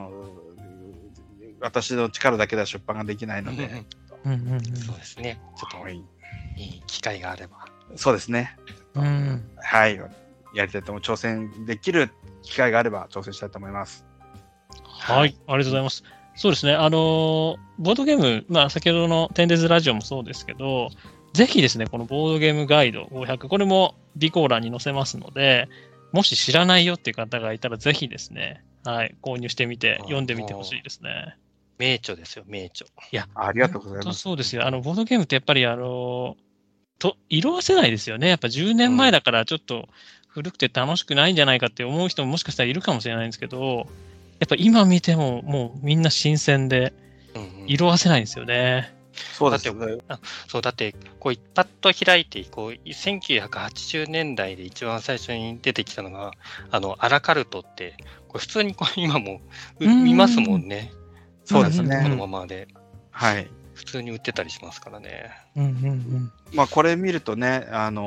B: 私の力だけでは出版ができないので。
C: そうですね。ちょっといい機会があれば。
B: そうですね。 と、はい、やりたいと思う。挑戦できる機会があれば挑戦したいと思います。
A: はい、ありがとうございます。そうですね、ボードゲーム、先ほどのテンデーズラジオもそうですけど、ぜひですね、このボードゲームガイド500、これも備考欄に載せますので、もし知らないよっていう方がいたら、ぜひですね、はい、購入してみて、読んでみてほしいですね。
C: 名著ですよ、名著。
B: いや、ありがとうございます。
A: そうですよ。ボードゲームってやっぱり、色あせないですよね。やっぱ10年前だからちょっと古くて楽しくないんじゃないかって思う人ももしかしたらいるかもしれないんですけど、やっぱ今見てももうみんな新鮮で、色あせないんですよね。
B: そうですね。
C: そう、だって、こう、パッと開いて、こう、1980年代で一番最初に出てきたのが、アラカルトって、これ普通に今も見ますもんね。
B: そうですね。
C: このままで。
B: はい。
C: 普通に売ってたりしますからね。
B: これ見るとね、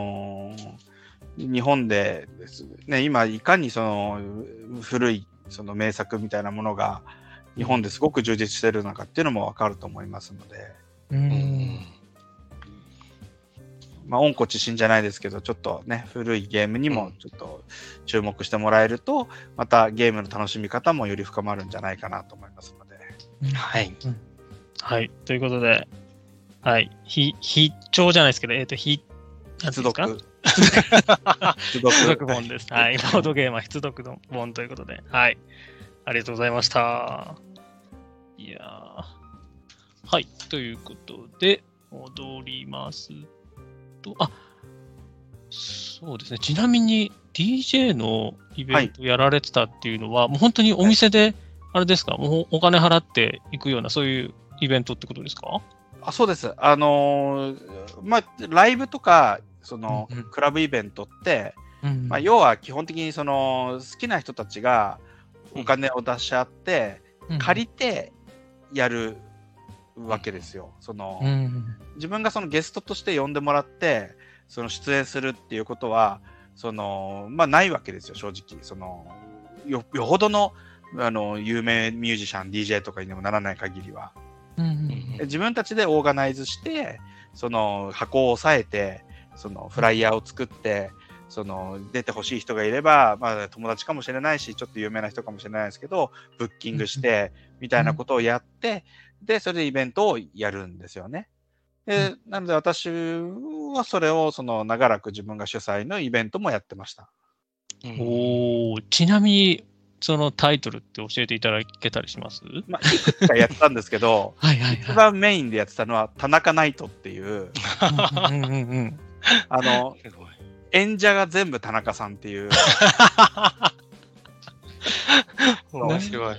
B: 日本でですね、今いかにその古いその名作みたいなものが日本ですごく充実してるのかっていうのもわかると思いますので、温故知新じゃないですけど、ちょっとね、古いゲームにもちょっと注目してもらえると、またゲームの楽しみ方もより深まるんじゃないかなと思いますので。
C: はい。
A: はい。ということで、はい。必聴じゃないですけど、必読。必読本です。はい。ボードゲームは必読本ということで、はい。ありがとうございました。いやはい。ということで、戻りますと、そうですね。ちなみに DJ のイベントやられてたっていうのは、もう本当にお店で、あれですか、もうお金払っていくような、そういうイベントってことですか？
B: そうです。ライブとか、クラブイベントって、要は基本的に好きな人たちがお金を出し合って、借りてやるわけですよ。自分がゲストとして呼んでもらって、出演するっていうことは、ないわけですよ、正直。よほどの、有名ミュージシャン、DJ とかにでもならない限りは。自分たちでオーガナイズして、箱を押さえて、フライヤーを作って、出てほしい人がいれば、友達かもしれないし、ちょっと有名な人かもしれないですけど、ブッキングして、みたいなことをやって、で、それでイベントをやるんですよね。で、なので私はそれを、長らく自分が主催のイベントもやってました。
A: ちなみに、そのタイトルって教えていただけたりします？
B: いくつかやったんですけど、一番メインでやってたのは、田中ナイトっていう、演者が全部田中さんっていう。
C: 面白い。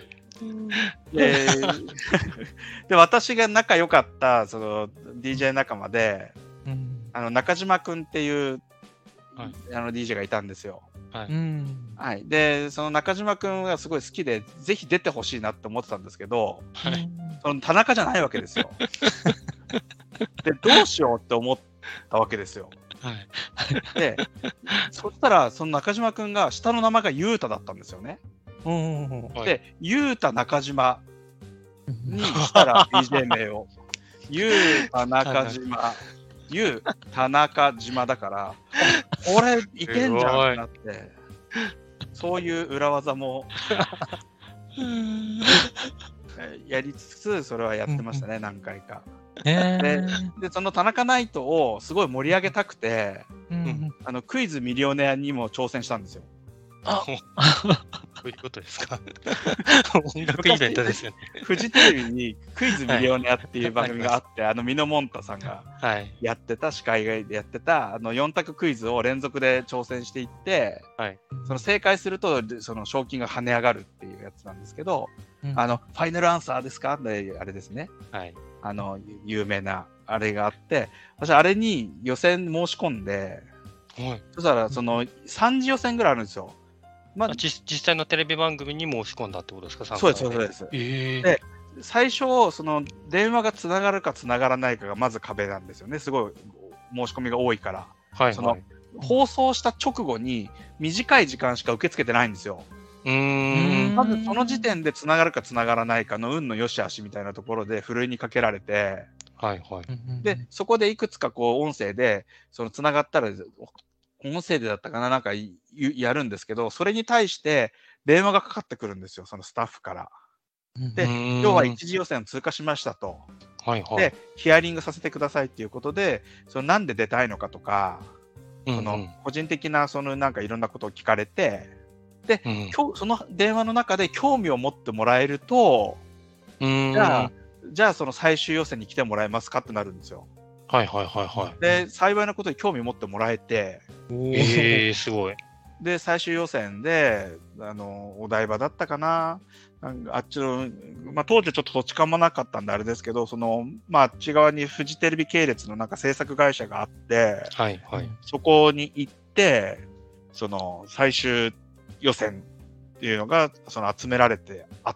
B: で、私が仲良かった、DJ 仲間で、中島くんっていう、DJ がいたんですよ。はい。で、その中島くんがすごい好きで、ぜひ出てほしいなって思ってたんですけど、その田中じゃないわけですよ。で、どうしようって思ったわけですよ。で、そしたら、その中島くんが、下の名前がゆうただったんですよね。で、ゆうた中島にしたら DJ 名を。ゆうた中島。ゆう田中島だから、これいけんじゃんってなって、そういう裏技もやりつつ、それはやってましたね、何回か。で、その田中ナイトをすごい盛り上げたくて、クイズミリオネアにも挑戦したんですよ。
C: そういうことですか。音楽イベントですよね。
B: フジテレビにクイズミリオネアっていう番組があって、ミノモンタさんがやってた、司会がやってた、4択クイズを連続で挑戦していって、正解すると、賞金が跳ね上がるっていうやつなんですけど、ファイナルアンサーですかで、あれですね。有名な、あれがあって、私、あれに予選申し込んで、そしたら、3次予選ぐらいあるんですよ。
C: 実際のテレビ番組に申し込んだってことですか？
B: そうです、そうです。で、最初、電話がつながるかつながらないかがまず壁なんですよね。すごい申し込みが多いから。放送した直後に短い時間しか受け付けてないんですよ。まずその時点でつながるかつながらないかの運の良し悪しみたいなところでふるいにかけられて、で、そこでいくつか音声で、つながったら音声でだったかな、なんかやるんですけど、それに対して電話がかかってくるんですよ、そのスタッフから。で、今日は一次予選を通過しましたと。
C: はいはい。
B: で、ヒアリングさせてくださいっていうことで、なんで出たいのかとか、個人的ななんかいろんなことを聞かれて、で、その電話の中で興味を持ってもらえると、じゃあその最終予選に来てもらえますかってなるんですよ。
C: はいはいはいはい。
B: で、幸いなことに興味を持ってもらえて、
C: すごい。
B: で、最終予選で、お台場だったかな、なんかあっちの、当時ちょっと土地勘もなかったんであれですけど、あっち側にフジテレビ系列のなんか制作会社があって、
C: はいはい。
B: そこに行って、最終予選っていうのが、集められてあって、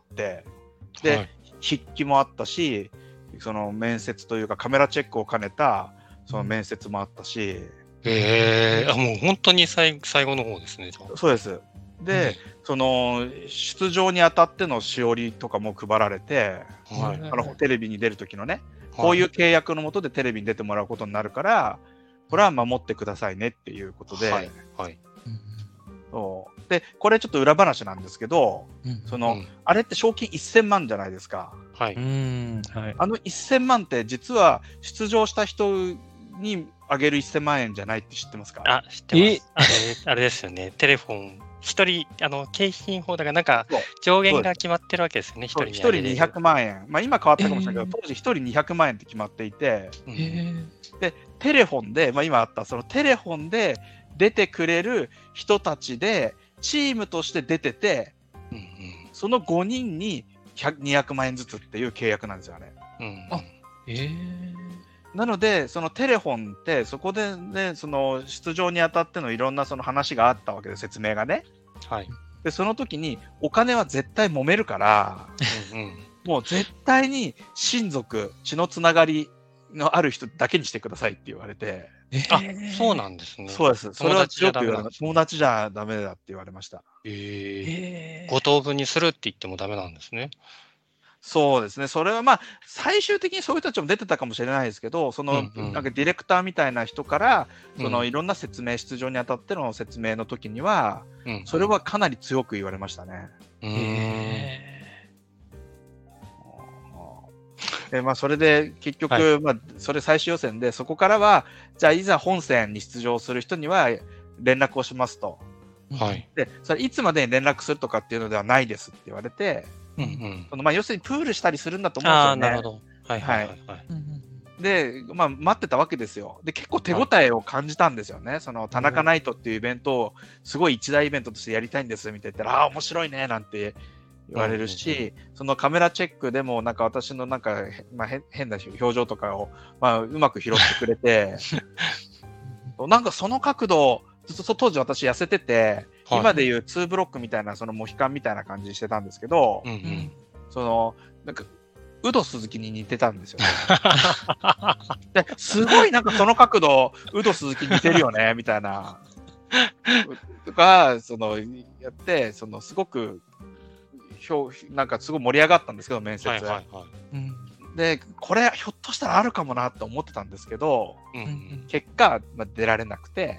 B: で、筆記もあったし、面接というかカメラチェックを兼ねた、面接もあったし、
C: もう本当に最後の方ですね。
B: そうです。で、出場にあたってのしおりとかも配られて、テレビに出る時のね、こういう契約のもとでテレビに出てもらうことになるから、これは守ってくださいねっていうことで、で、これちょっと裏話なんですけど、あれって賞金1000万じゃないですか。
C: はい。
B: 1000万って実は出場した人にあげる1000万円じゃないって知ってますか？
C: 知ってます。あれですよね。テレフォン、一人、景品法だからなんか上限が決まってるわけですよね。一人
B: 200万円。今変わったかもしれないけど、当時一人200万円って決まっていて、で、テレフォンで、今あったテレフォンで出てくれる人たちで、チームとして出てて、その5人に200万円ずつっていう契約なんですよね。なので、テレフォンって、そこでね、出場にあたってのいろんな話があったわけで、説明がね。で、その時に、お金は絶対揉めるから、もう絶対に親族、血のつながりのある人だけにしてくださいって言われて。
C: そうなんですね。
B: そうです。それは強く言われました。友達じゃダメだって言われました。
C: 5等分にするって言ってもダメなんですね。
B: そうですね。それは最終的にそういう人たちも出てたかもしれないですけど、なんかディレクターみたいな人から、いろんな説明、出場にあたっての説明の時には、それはかなり強く言われましたね。それで結局、それ最終予選で、そこからは、じゃあいざ本戦に出場する人には連絡をしますと。で、それいつまでに連絡するとかっていうのではないですって言われて、要するにプールしたりするんだと思うんですよね。
C: なるほど。
B: で、待ってたわけですよ。で、結構手応えを感じたんですよね。田中ナイトっていうイベントを、すごい一大イベントとしてやりたいんですみたいな言ったら、面白いねなんて言われるし、カメラチェックでも、なんか私のなんか、変な表情とかを、うまく拾ってくれて、なんかその角度、当時私痩せてて、今でいう2ブロックみたいな、モヒカンみたいな感じにしてたんですけど、なんか、ウド鈴木に似てたんですよね。ですごいなんかその角度、ウド鈴木に似てるよね、みたいな。とか、やって、すごく、なんかすごい盛り上がったんですけど、面接。で、これひょっとしたらあるかもなって思ってたんですけど、結果、出られなくて、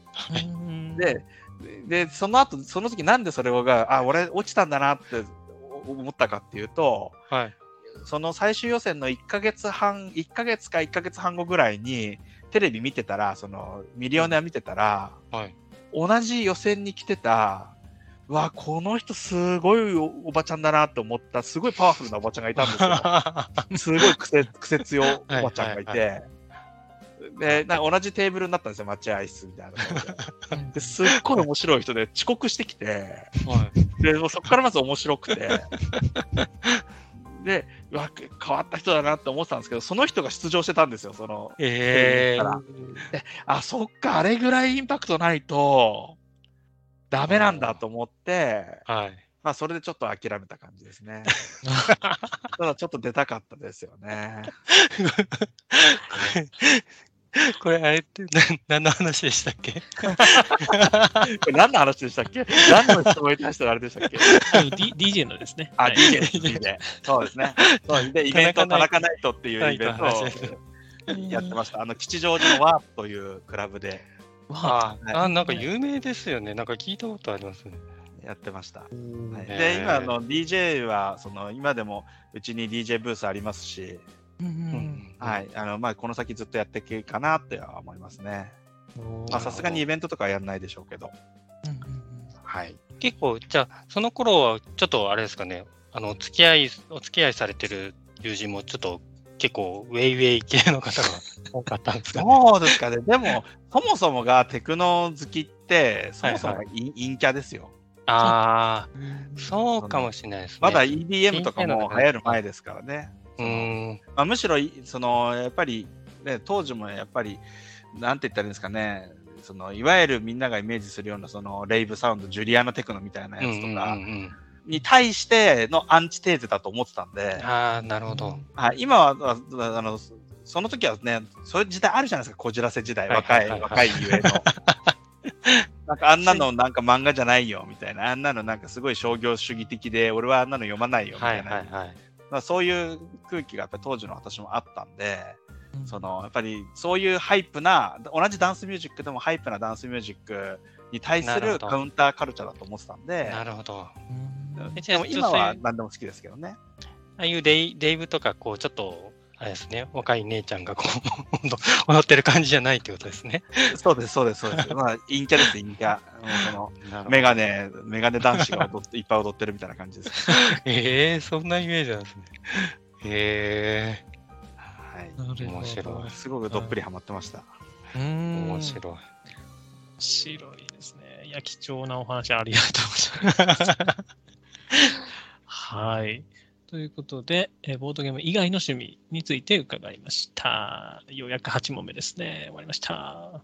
B: で、その後、その時なんでそれが、俺落ちたんだなって思ったかっていうと、その最終予選の1ヶ月か1ヶ月半後ぐらいにテレビ見てたら、ミリオネア見てたら、同じ予選に来てた、この人すごいおばちゃんだなって思った、すごいパワフルなおばちゃんがいたんですよ。すごい癖強おばちゃんがいて、で、同じテーブルになったんですよ、待合室みたいなところで。すっごい面白い人で遅刻してきて、で、そこからまず面白くて、で、変わった人だなって思ってたんですけど、その人が出場してたんですよ、で、そっか、あれぐらいインパクトないと、ダメなんだと思って、それでちょっと諦めた感じですね。ただちょっと出たかったですよね。
C: これあれって何の話でしたっけ？
B: これ何の話でしたっけ？何の質問に対してあれでしたっけ
A: ？DJ のですね。
B: DJ。そうですね。で、イベント、田中ナイトっていうイベントをやってました。吉祥寺のワープというクラブで
A: わ
B: はい
C: なんか有名ですよね。なんか聞いたことありますね。
B: やってました。はい
C: へー
B: で、今DJ は今でもうちに DJ ブースありますし、はい、この先ずっとやっていけるかなっては思いますね。さすがにイベントとかはやんないでしょうけど。はい。
C: 結構、じゃあ、その頃はちょっとあれですかね、お付き合いされてる友人もちょっと結構ウェイウェイ系の方が多かったんですかね。
B: そうですかね。でも、そもそもがテクノ好きって、そもそもが陰キャですよ。
C: ああ、そうかもしれないですね。
B: まだ EDM とかも流行る前ですからね。むしろ、やっぱり、ね、当時もやっぱり、なんて言ったらいいんですかね、いわゆるみんながイメージするような、レイブサウンド、ジュリアナテクノみたいなやつとか、に対してのアンチテーゼだと思ってたんで。
C: ああ、なるほど。
B: 今は、その時はね、そういう時代あるじゃないですか、こじらせ時代、若いゆえの。なんかあんなのなんか漫画じゃないよみたいな、あんなのなんかすごい商業主義的で、俺はあんなの読まないよみたいな。そういう空気がやっぱり当時の私もあったんで、やっぱりそういうハイプな、同じダンスミュージックでもハイプなダンスミュージックに対するカウンターカルチャーだと思ってたんで。
C: なるほど。
B: でも今は何でも好きですけどね。
C: ああいうレイブとか、こう、ちょっと、あれですね、若い姉ちゃんがこう、踊ってる感じじゃないってことですね。
B: そうです。陰キャです、陰キャ。メガネ男子がいっぱい踊ってるみたいな感じです。
C: そんなイメージなんですね。
B: はい。面白い。すごくどっぷりハマってました。
C: 面白い。
A: 白いですね。いや、貴重なお話ありがとうございます。はい。ということで、ボードゲーム以外の趣味について伺いました。ようやく8問目ですね。終わりました。はい。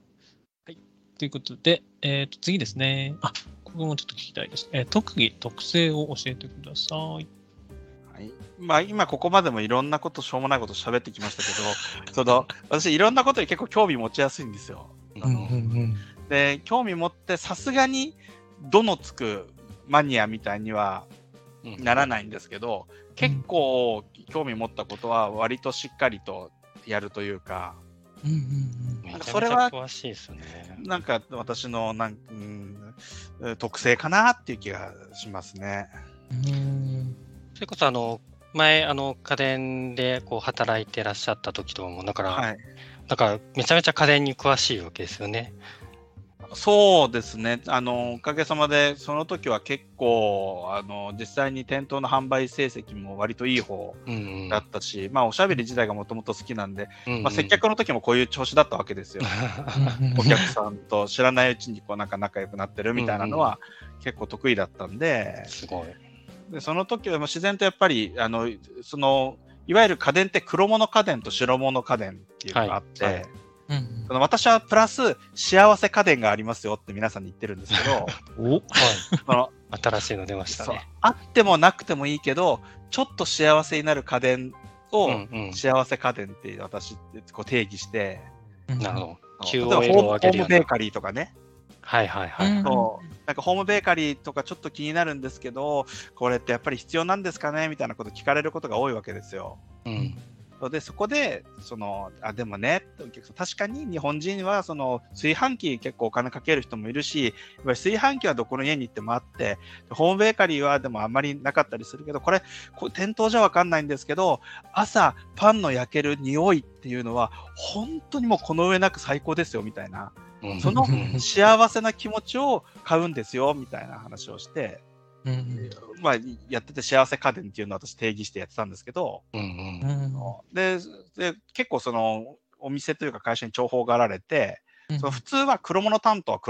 A: ということで、次ですね。ここもちょっと聞きたいです。特技、特性を教えてください。
B: はい。今ここまでもいろんなこと、しょうもないこと喋ってきましたけど、私いろんなことに結構興味持ちやすいんですよ。で、興味持ってさすがにどのつくマニアみたいにはならないんですけど、結構興味持ったことは割としっかりとやるというか、
C: それは詳しいですね。
B: なんか私の特性かなっていう気がしますね。
C: それこそ前家電でこう働いてらっしゃった時とかもだから、めちゃめちゃ家電に詳しいわけですよね。
B: そうですね。おかげさまで、その時は結構、実際に店頭の販売成績も割といい方だったし、おしゃべり自体がもともと好きなんで、接客の時もこういう調子だったわけですよ。お客さんと知らないうちにこうなんか仲良くなってるみたいなのは結構得意だったんで、
C: すごい。
B: でその時は自然とやっぱり、いわゆる家電って黒物家電と白物家電っていうのがあって、私はプラス幸せ家電がありますよって皆さんに言ってるんですけど、
C: 新しいの出ましたね。
B: あってもなくてもいいけど、ちょっと幸せになる家電を幸せ家電って私こう定義して、
C: なるほど。
B: 例えばホームベーカリーとかね。なんかホームベーカリーとかちょっと気になるんですけど、これってやっぱり必要なんですかねみたいなこと聞かれることが多いわけですよ。でそこででもね、確かに日本人は炊飯器結構お金かける人もいるし、やっぱり炊飯器はどこの家に行ってもあって、ホームベーカリーはでもあんまりなかったりするけど、これ店頭じゃわかんないんですけど、朝パンの焼ける匂いっていうのは本当にもうこの上なく最高ですよみたいな、その幸せな気持ちを買うんですよみたいな話をして、やってて幸せ家電っていうのを私定義してやってたんですけど、で結構お店というか会社に重宝がられて、普通は黒物担当は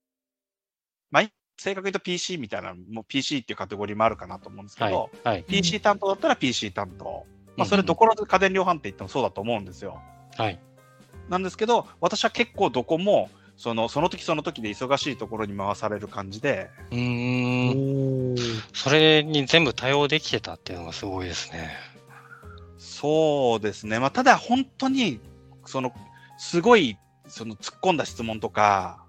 B: 正確に言うと PC みたいな、もう PC っていうカテゴリーもあるかなと思うんですけど、PC 担当だったら PC 担当。それどこの家電量販店行ってもそうだと思うんですよ。なんですけど、私は結構どこも、その時その時で忙しいところに回される感じで。
C: それに全部対応できてたっていうのがすごいですね。
B: そうですね。ただ本当に、すごい、突っ込んだ質問とか、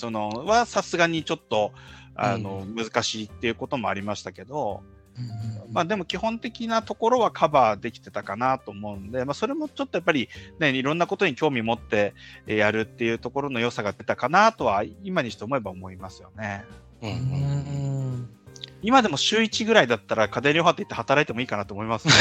B: はさすがにちょっと、難しいっていうこともありましたけど、 まあでも基本的なところはカバーできてたかなと思うんで、まあそれもちょっとやっぱりね、いろんなことに興味持ってやるっていうところの良さが出たかなとは今にして思えば思いますよね。今でも週1ぐらいだったら家電量販店行って働いてもいいかなと思いますね。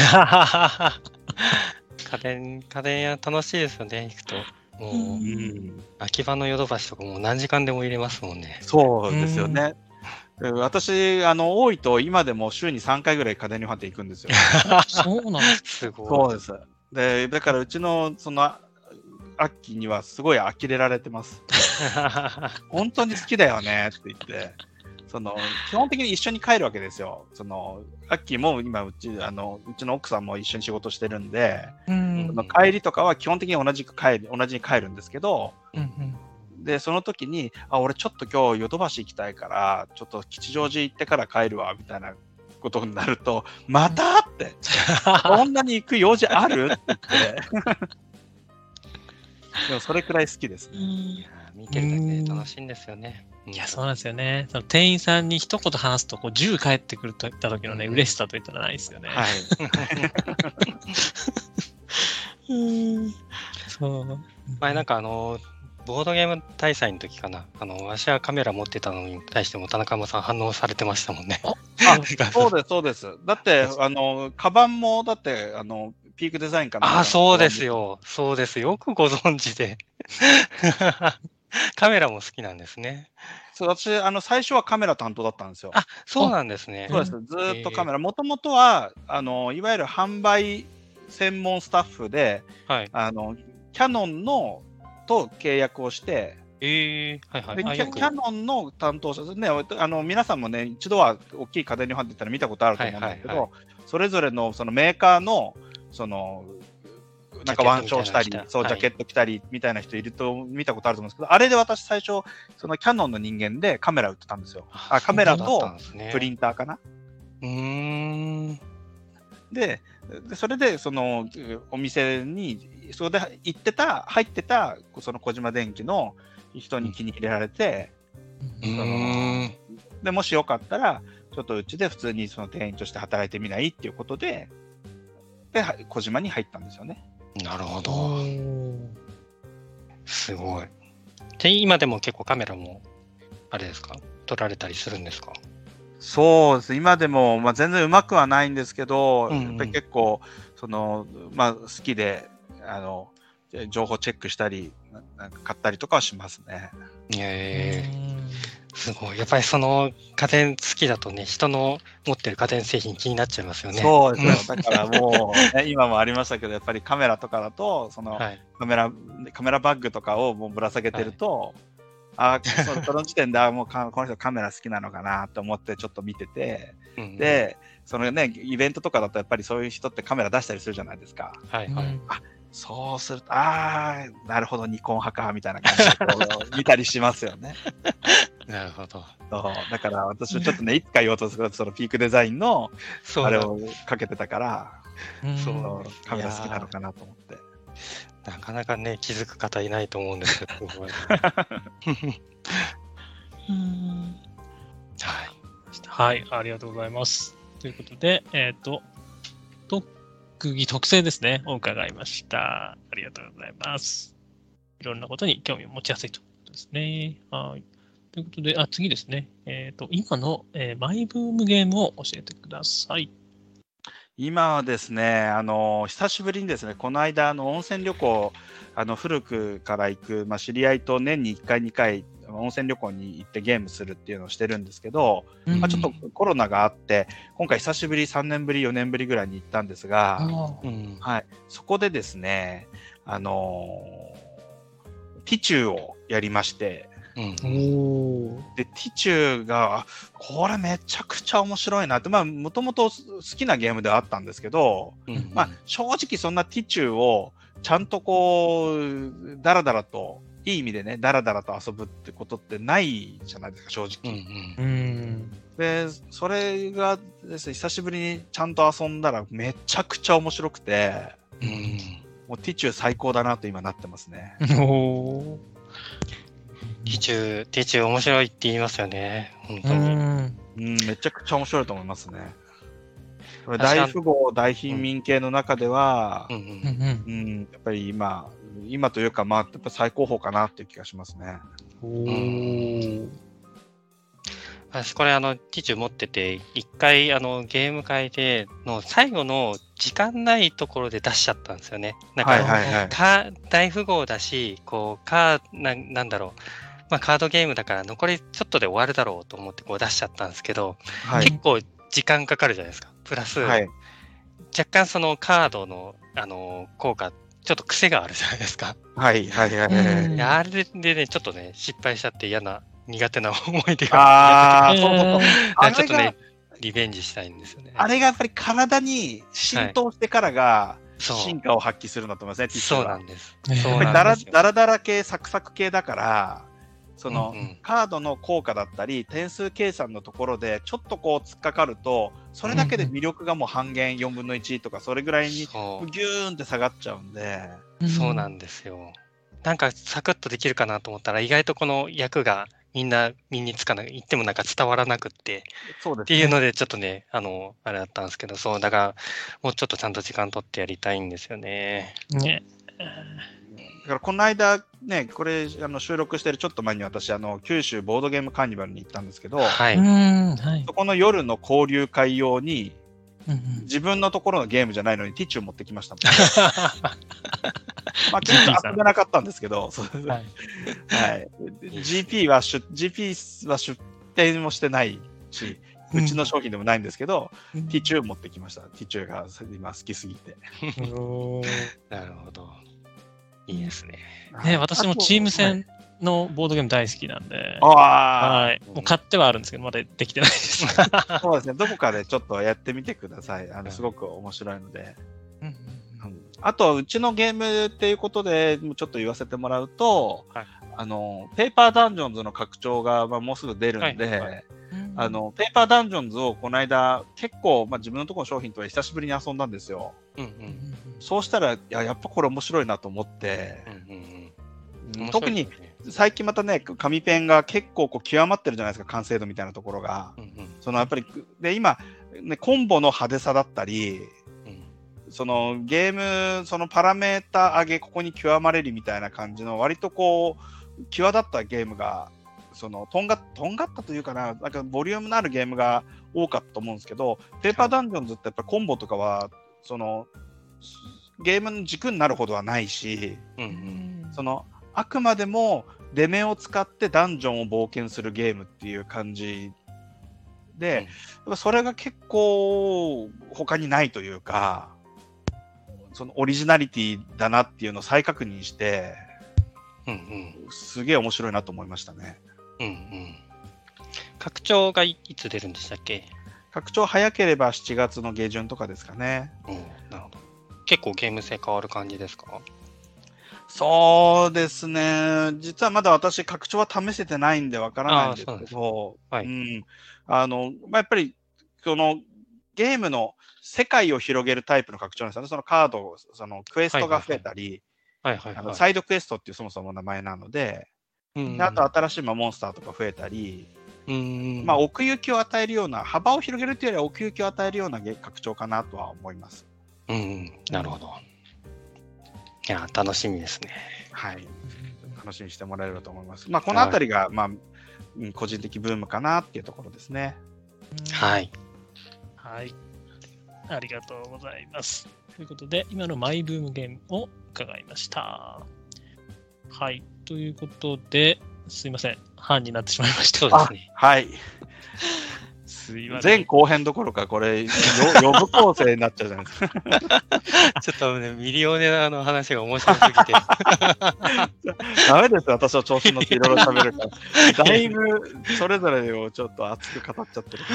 C: 家電屋楽しいですよね、行くと。もう、秋葉のヨドバシとかもう何時間でも入れますもんね。
B: そうですよね。私、多いと今でも週に3回ぐらい家電量販店行くんですよ。
A: そうなんです。
C: すごい。
B: そうです。で、だからうちのそのアッキーにはすごい呆れられてます。本当に好きだよねって言って。基本的に一緒に帰るわけですよ。アッキーも今うちの奥さんも一緒に仕事してるんで、帰りとかは基本的に同じに帰るんですけど、で、その時に、俺ちょっと今日ヨドバシ行きたいから、ちょっと吉祥寺行ってから帰るわ、みたいなことになると、またって、そんなに行く用事あるって言って。でもそれくらい好きですね。
C: 見てるだけで楽しいんですよね。
A: いや、そうなんですよね。店員さんに一言話すと、10返ってくるといった時のね、嬉しさといったらないですよね。
B: はい。
A: そう。
C: 前なんかボードゲーム大祭の時かな。わしはカメラ持ってたのに対しても田中さん反応されてましたもんね。
B: そうです、そうです。だって、カバンも、だって、ピークデザインかな。
C: そうですよ。そうです。よくご存知で。カメラも好きなんですね。
B: そう、私、最初はカメラ担当だったんですよ。
C: そうなんですね。
B: そうです。ずーっとカメラ。もともとは、いわゆる販売専門スタッフで、キャノンと契約をして、キャノンの担当者ね、皆さんもね、一度は大きい家電量販店って見たことあると思うんだけど、それぞれのそのメーカーのなんか腕章したり、そう、ジャケット着たりみたいな人いると見たことあると思うんですけど、あれで私最初、そのキャノンの人間でカメラ売ってたんですよ。カメラとプリンターかな。で、それで、お店に、それで入ってた、その小島電機の人に気に入れられて、で、もしよかったら、ちょっとうちで普通にその店員として働いてみないっていうことで、小島に入ったんですよね。
C: なるほど。すごい。で、今でも結構カメラも、あれですか、撮られたりするんですか？
B: そうです。今でも、全然うまくはないんですけど、やっぱり結構、好きで、情報チェックしたり、なんか買ったりとかはしますね。
C: すごい。やっぱりその家電好きだとね、人の持ってる家電製品気になっちゃいますよね。
B: そうですよ。だからもう、今もありましたけど、やっぱりカメラとかだと、カメラバッグとかをもうぶら下げてると、その時点で、もうこの人カメラ好きなのかなと思ってちょっと見てて、で、イベントとかだとやっぱりそういう人ってカメラ出したりするじゃないですか。そうすると、なるほど、ニコン派か、みたいな感じで見たりしますよね。
C: なるほど。
B: だから私はちょっとね、いつか言おうとすると、そのピークデザインの、あれをかけてたから、カメラ好きなのかなと思って。
C: なかなかね、気づく方いないと思うんですけど。
A: はい、ありがとうございます。ということで、特技特性ですね、お伺いました。ありがとうございます。いろんなことに興味を持ちやすいということですね。はい。ということで、次ですね。今の、マイブームゲームを教えてください。
B: 今はですね、久しぶりにですね、この間、温泉旅行、古くから行く、知り合いと年に1回、2回、温泉旅行に行ってゲームするっていうのをしてるんですけど、ちょっとコロナがあって、今回久しぶり、3年ぶり、4年ぶりぐらいに行ったんですが、そこでですね、ティチューをやりまして、で、ティチューが、これめちゃくちゃ面白いなって、もともと好きなゲームではあったんですけど、正直そんなティチューをちゃんとだらだらと、いい意味でね、だらだらと遊ぶってことってないじゃないですか、正直。で、それがですね、久しぶりにちゃんと遊んだらめちゃくちゃ面白くて、もうティチュー最高だなと今なってますね。
C: ティチュー面白いって言いますよね、本当に。
B: めちゃくちゃ面白いと思いますね。 大富豪、大貧民系の中では、
C: うんうん。
B: やっぱり今というか、やっぱ最高峰かなっていう気がしますね。
C: 私これティチュー持ってて、一回ゲーム会での最後の時間ないところで出しちゃったんですよね。なんか、大富豪だし、こう、なんだろう。カードゲームだから残りちょっとで終わるだろうと思ってこう出しちゃったんですけど、結構時間かかるじゃないですか。プラス、若干そのカードの、効果、ちょっと癖があるじゃないですか。あれでね、ちょっとね、失敗しちゃって苦手な思い出が
B: そう。
C: ちょっとね、リベンジしたいんですよね。
B: あれがやっぱり体に浸透してからが進化を発揮するんだと思いますね、ティッシュは。
C: そうなんです。
B: やっぱりダラダラ系、サクサク系だから、その、カードの効果だったり、点数計算のところで、ちょっとこう突っかかると、それだけで魅力がもう半減、4分の1とか、それぐらいにギューンって下がっちゃうんで。
C: そうなんですよ。なんかサクッとできるかなと思ったら、意外とこの役がみんな身につかない、言ってもなんか伝わらなくって、っていうので、ちょっとね、あれだったんですけど、そう、だから、もうちょっとちゃんと時間取ってやりたいんですよね。
B: だからこの間ね、これ収録してるちょっと前に私九州ボードゲームカーニバルに行ったんですけど、そこの夜の交流会用に、自分のところのゲームじゃないのにティッチュー持ってきましたもん。結構遊べなかったんですけど、GP は出店もしてないし、うちの商品でもないんですけど、ティッチュー持ってきました。ティッチューが今好きすぎて。
C: なるほど。いいですね。
A: 私もチーム戦のボードゲーム大好きなんで、もう買ってはあるんですけど、まだできてないです。
B: そうですね、どこかでちょっとやってみてください。すごく面白いので。あと、うちのゲームっていうことで、ちょっと言わせてもらうと、ペーパーダンジョンズの拡張がもうすぐ出るんで、ペーパーダンジョンズをこの間、結構、自分のところの商品とは久しぶりに遊んだんですよ。そうしたら、やっぱこれ面白いなと思って、特に最近またね、紙ペンが結構極まってるじゃないですか、完成度みたいなところが。やっぱり、で、今、ね、コンボの派手さだったり、ゲーム、パラメータ上げ、ここに極まれるみたいな感じの、割と際立ったゲームが、とんがったというかな、なんかボリュームのあるゲームが多かったと思うんですけど、ペーパーダンジョンズってやっぱコンボとかは、ゲームの軸になるほどはないし、あくまでも出目を使ってダンジョンを冒険するゲームっていう感じで、それが結構他にないというか、オリジナリティだなっていうのを再確認して、すげえ面白いなと思いましたね。
C: 拡張がいつ出るんでしたっけ？
B: 拡張早ければ7月の下旬とかですかね。
C: なるほど。結構ゲーム性変わる感じですか？
B: そうですね。実はまだ私、拡張は試せてないんでわからないんですけど、やっぱり、ゲームの世界を広げるタイプの拡張なんですよね。カード、クエストが増えたり、サイドクエストっていうそもそも名前なので、あと新しいモンスターとか増えたり、奥行きを与えるような、幅を広げるというよりは奥行きを与えるような拡張かなとは思います。
C: なるほど。いや、楽しみですね。
B: 楽しみにしてもらえればと思います。このあたりが、個人的ブームかなっていうところですね。
A: ありがとうございます。ということで、今のマイブームゲームを伺いました。ということで、すいません。半になってしまいました。
C: そうですね。
B: すいません。前後編どころか、これ、予部構成になっちゃうじゃないですか。
C: ちょっとね、ミリオネアの話が面白すぎて。
B: ダメですよ、私は調子乗っていろいろ喋るから。だいぶ、それぞれをちょっと熱く語っちゃってる。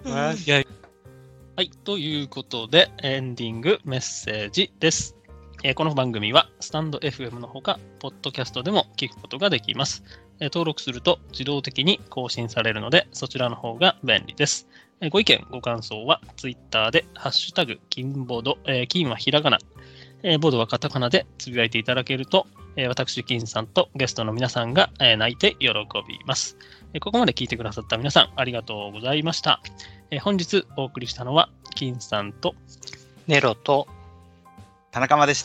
A: ということで、エンディングメッセージです。この番組は、スタンド FM のほか、ポッドキャストでも聞くことができます。登録すると自動的に更新されるので、そちらの方が便利です。ご意見、ご感想は、ツイッターで、ハッシュタグ、金ボード、金はひらがな、ボードはカタカナでつぶやいていただけると、私、金さんとゲストの皆さんが、泣いて喜びます。ここまで聞いてくださった皆さん、ありがとうございました。本日お送りしたのは、 金さんと、
C: ネロと、
B: 田中間でした。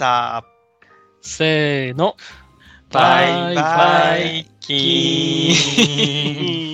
A: せーの、
B: バイバイキーン。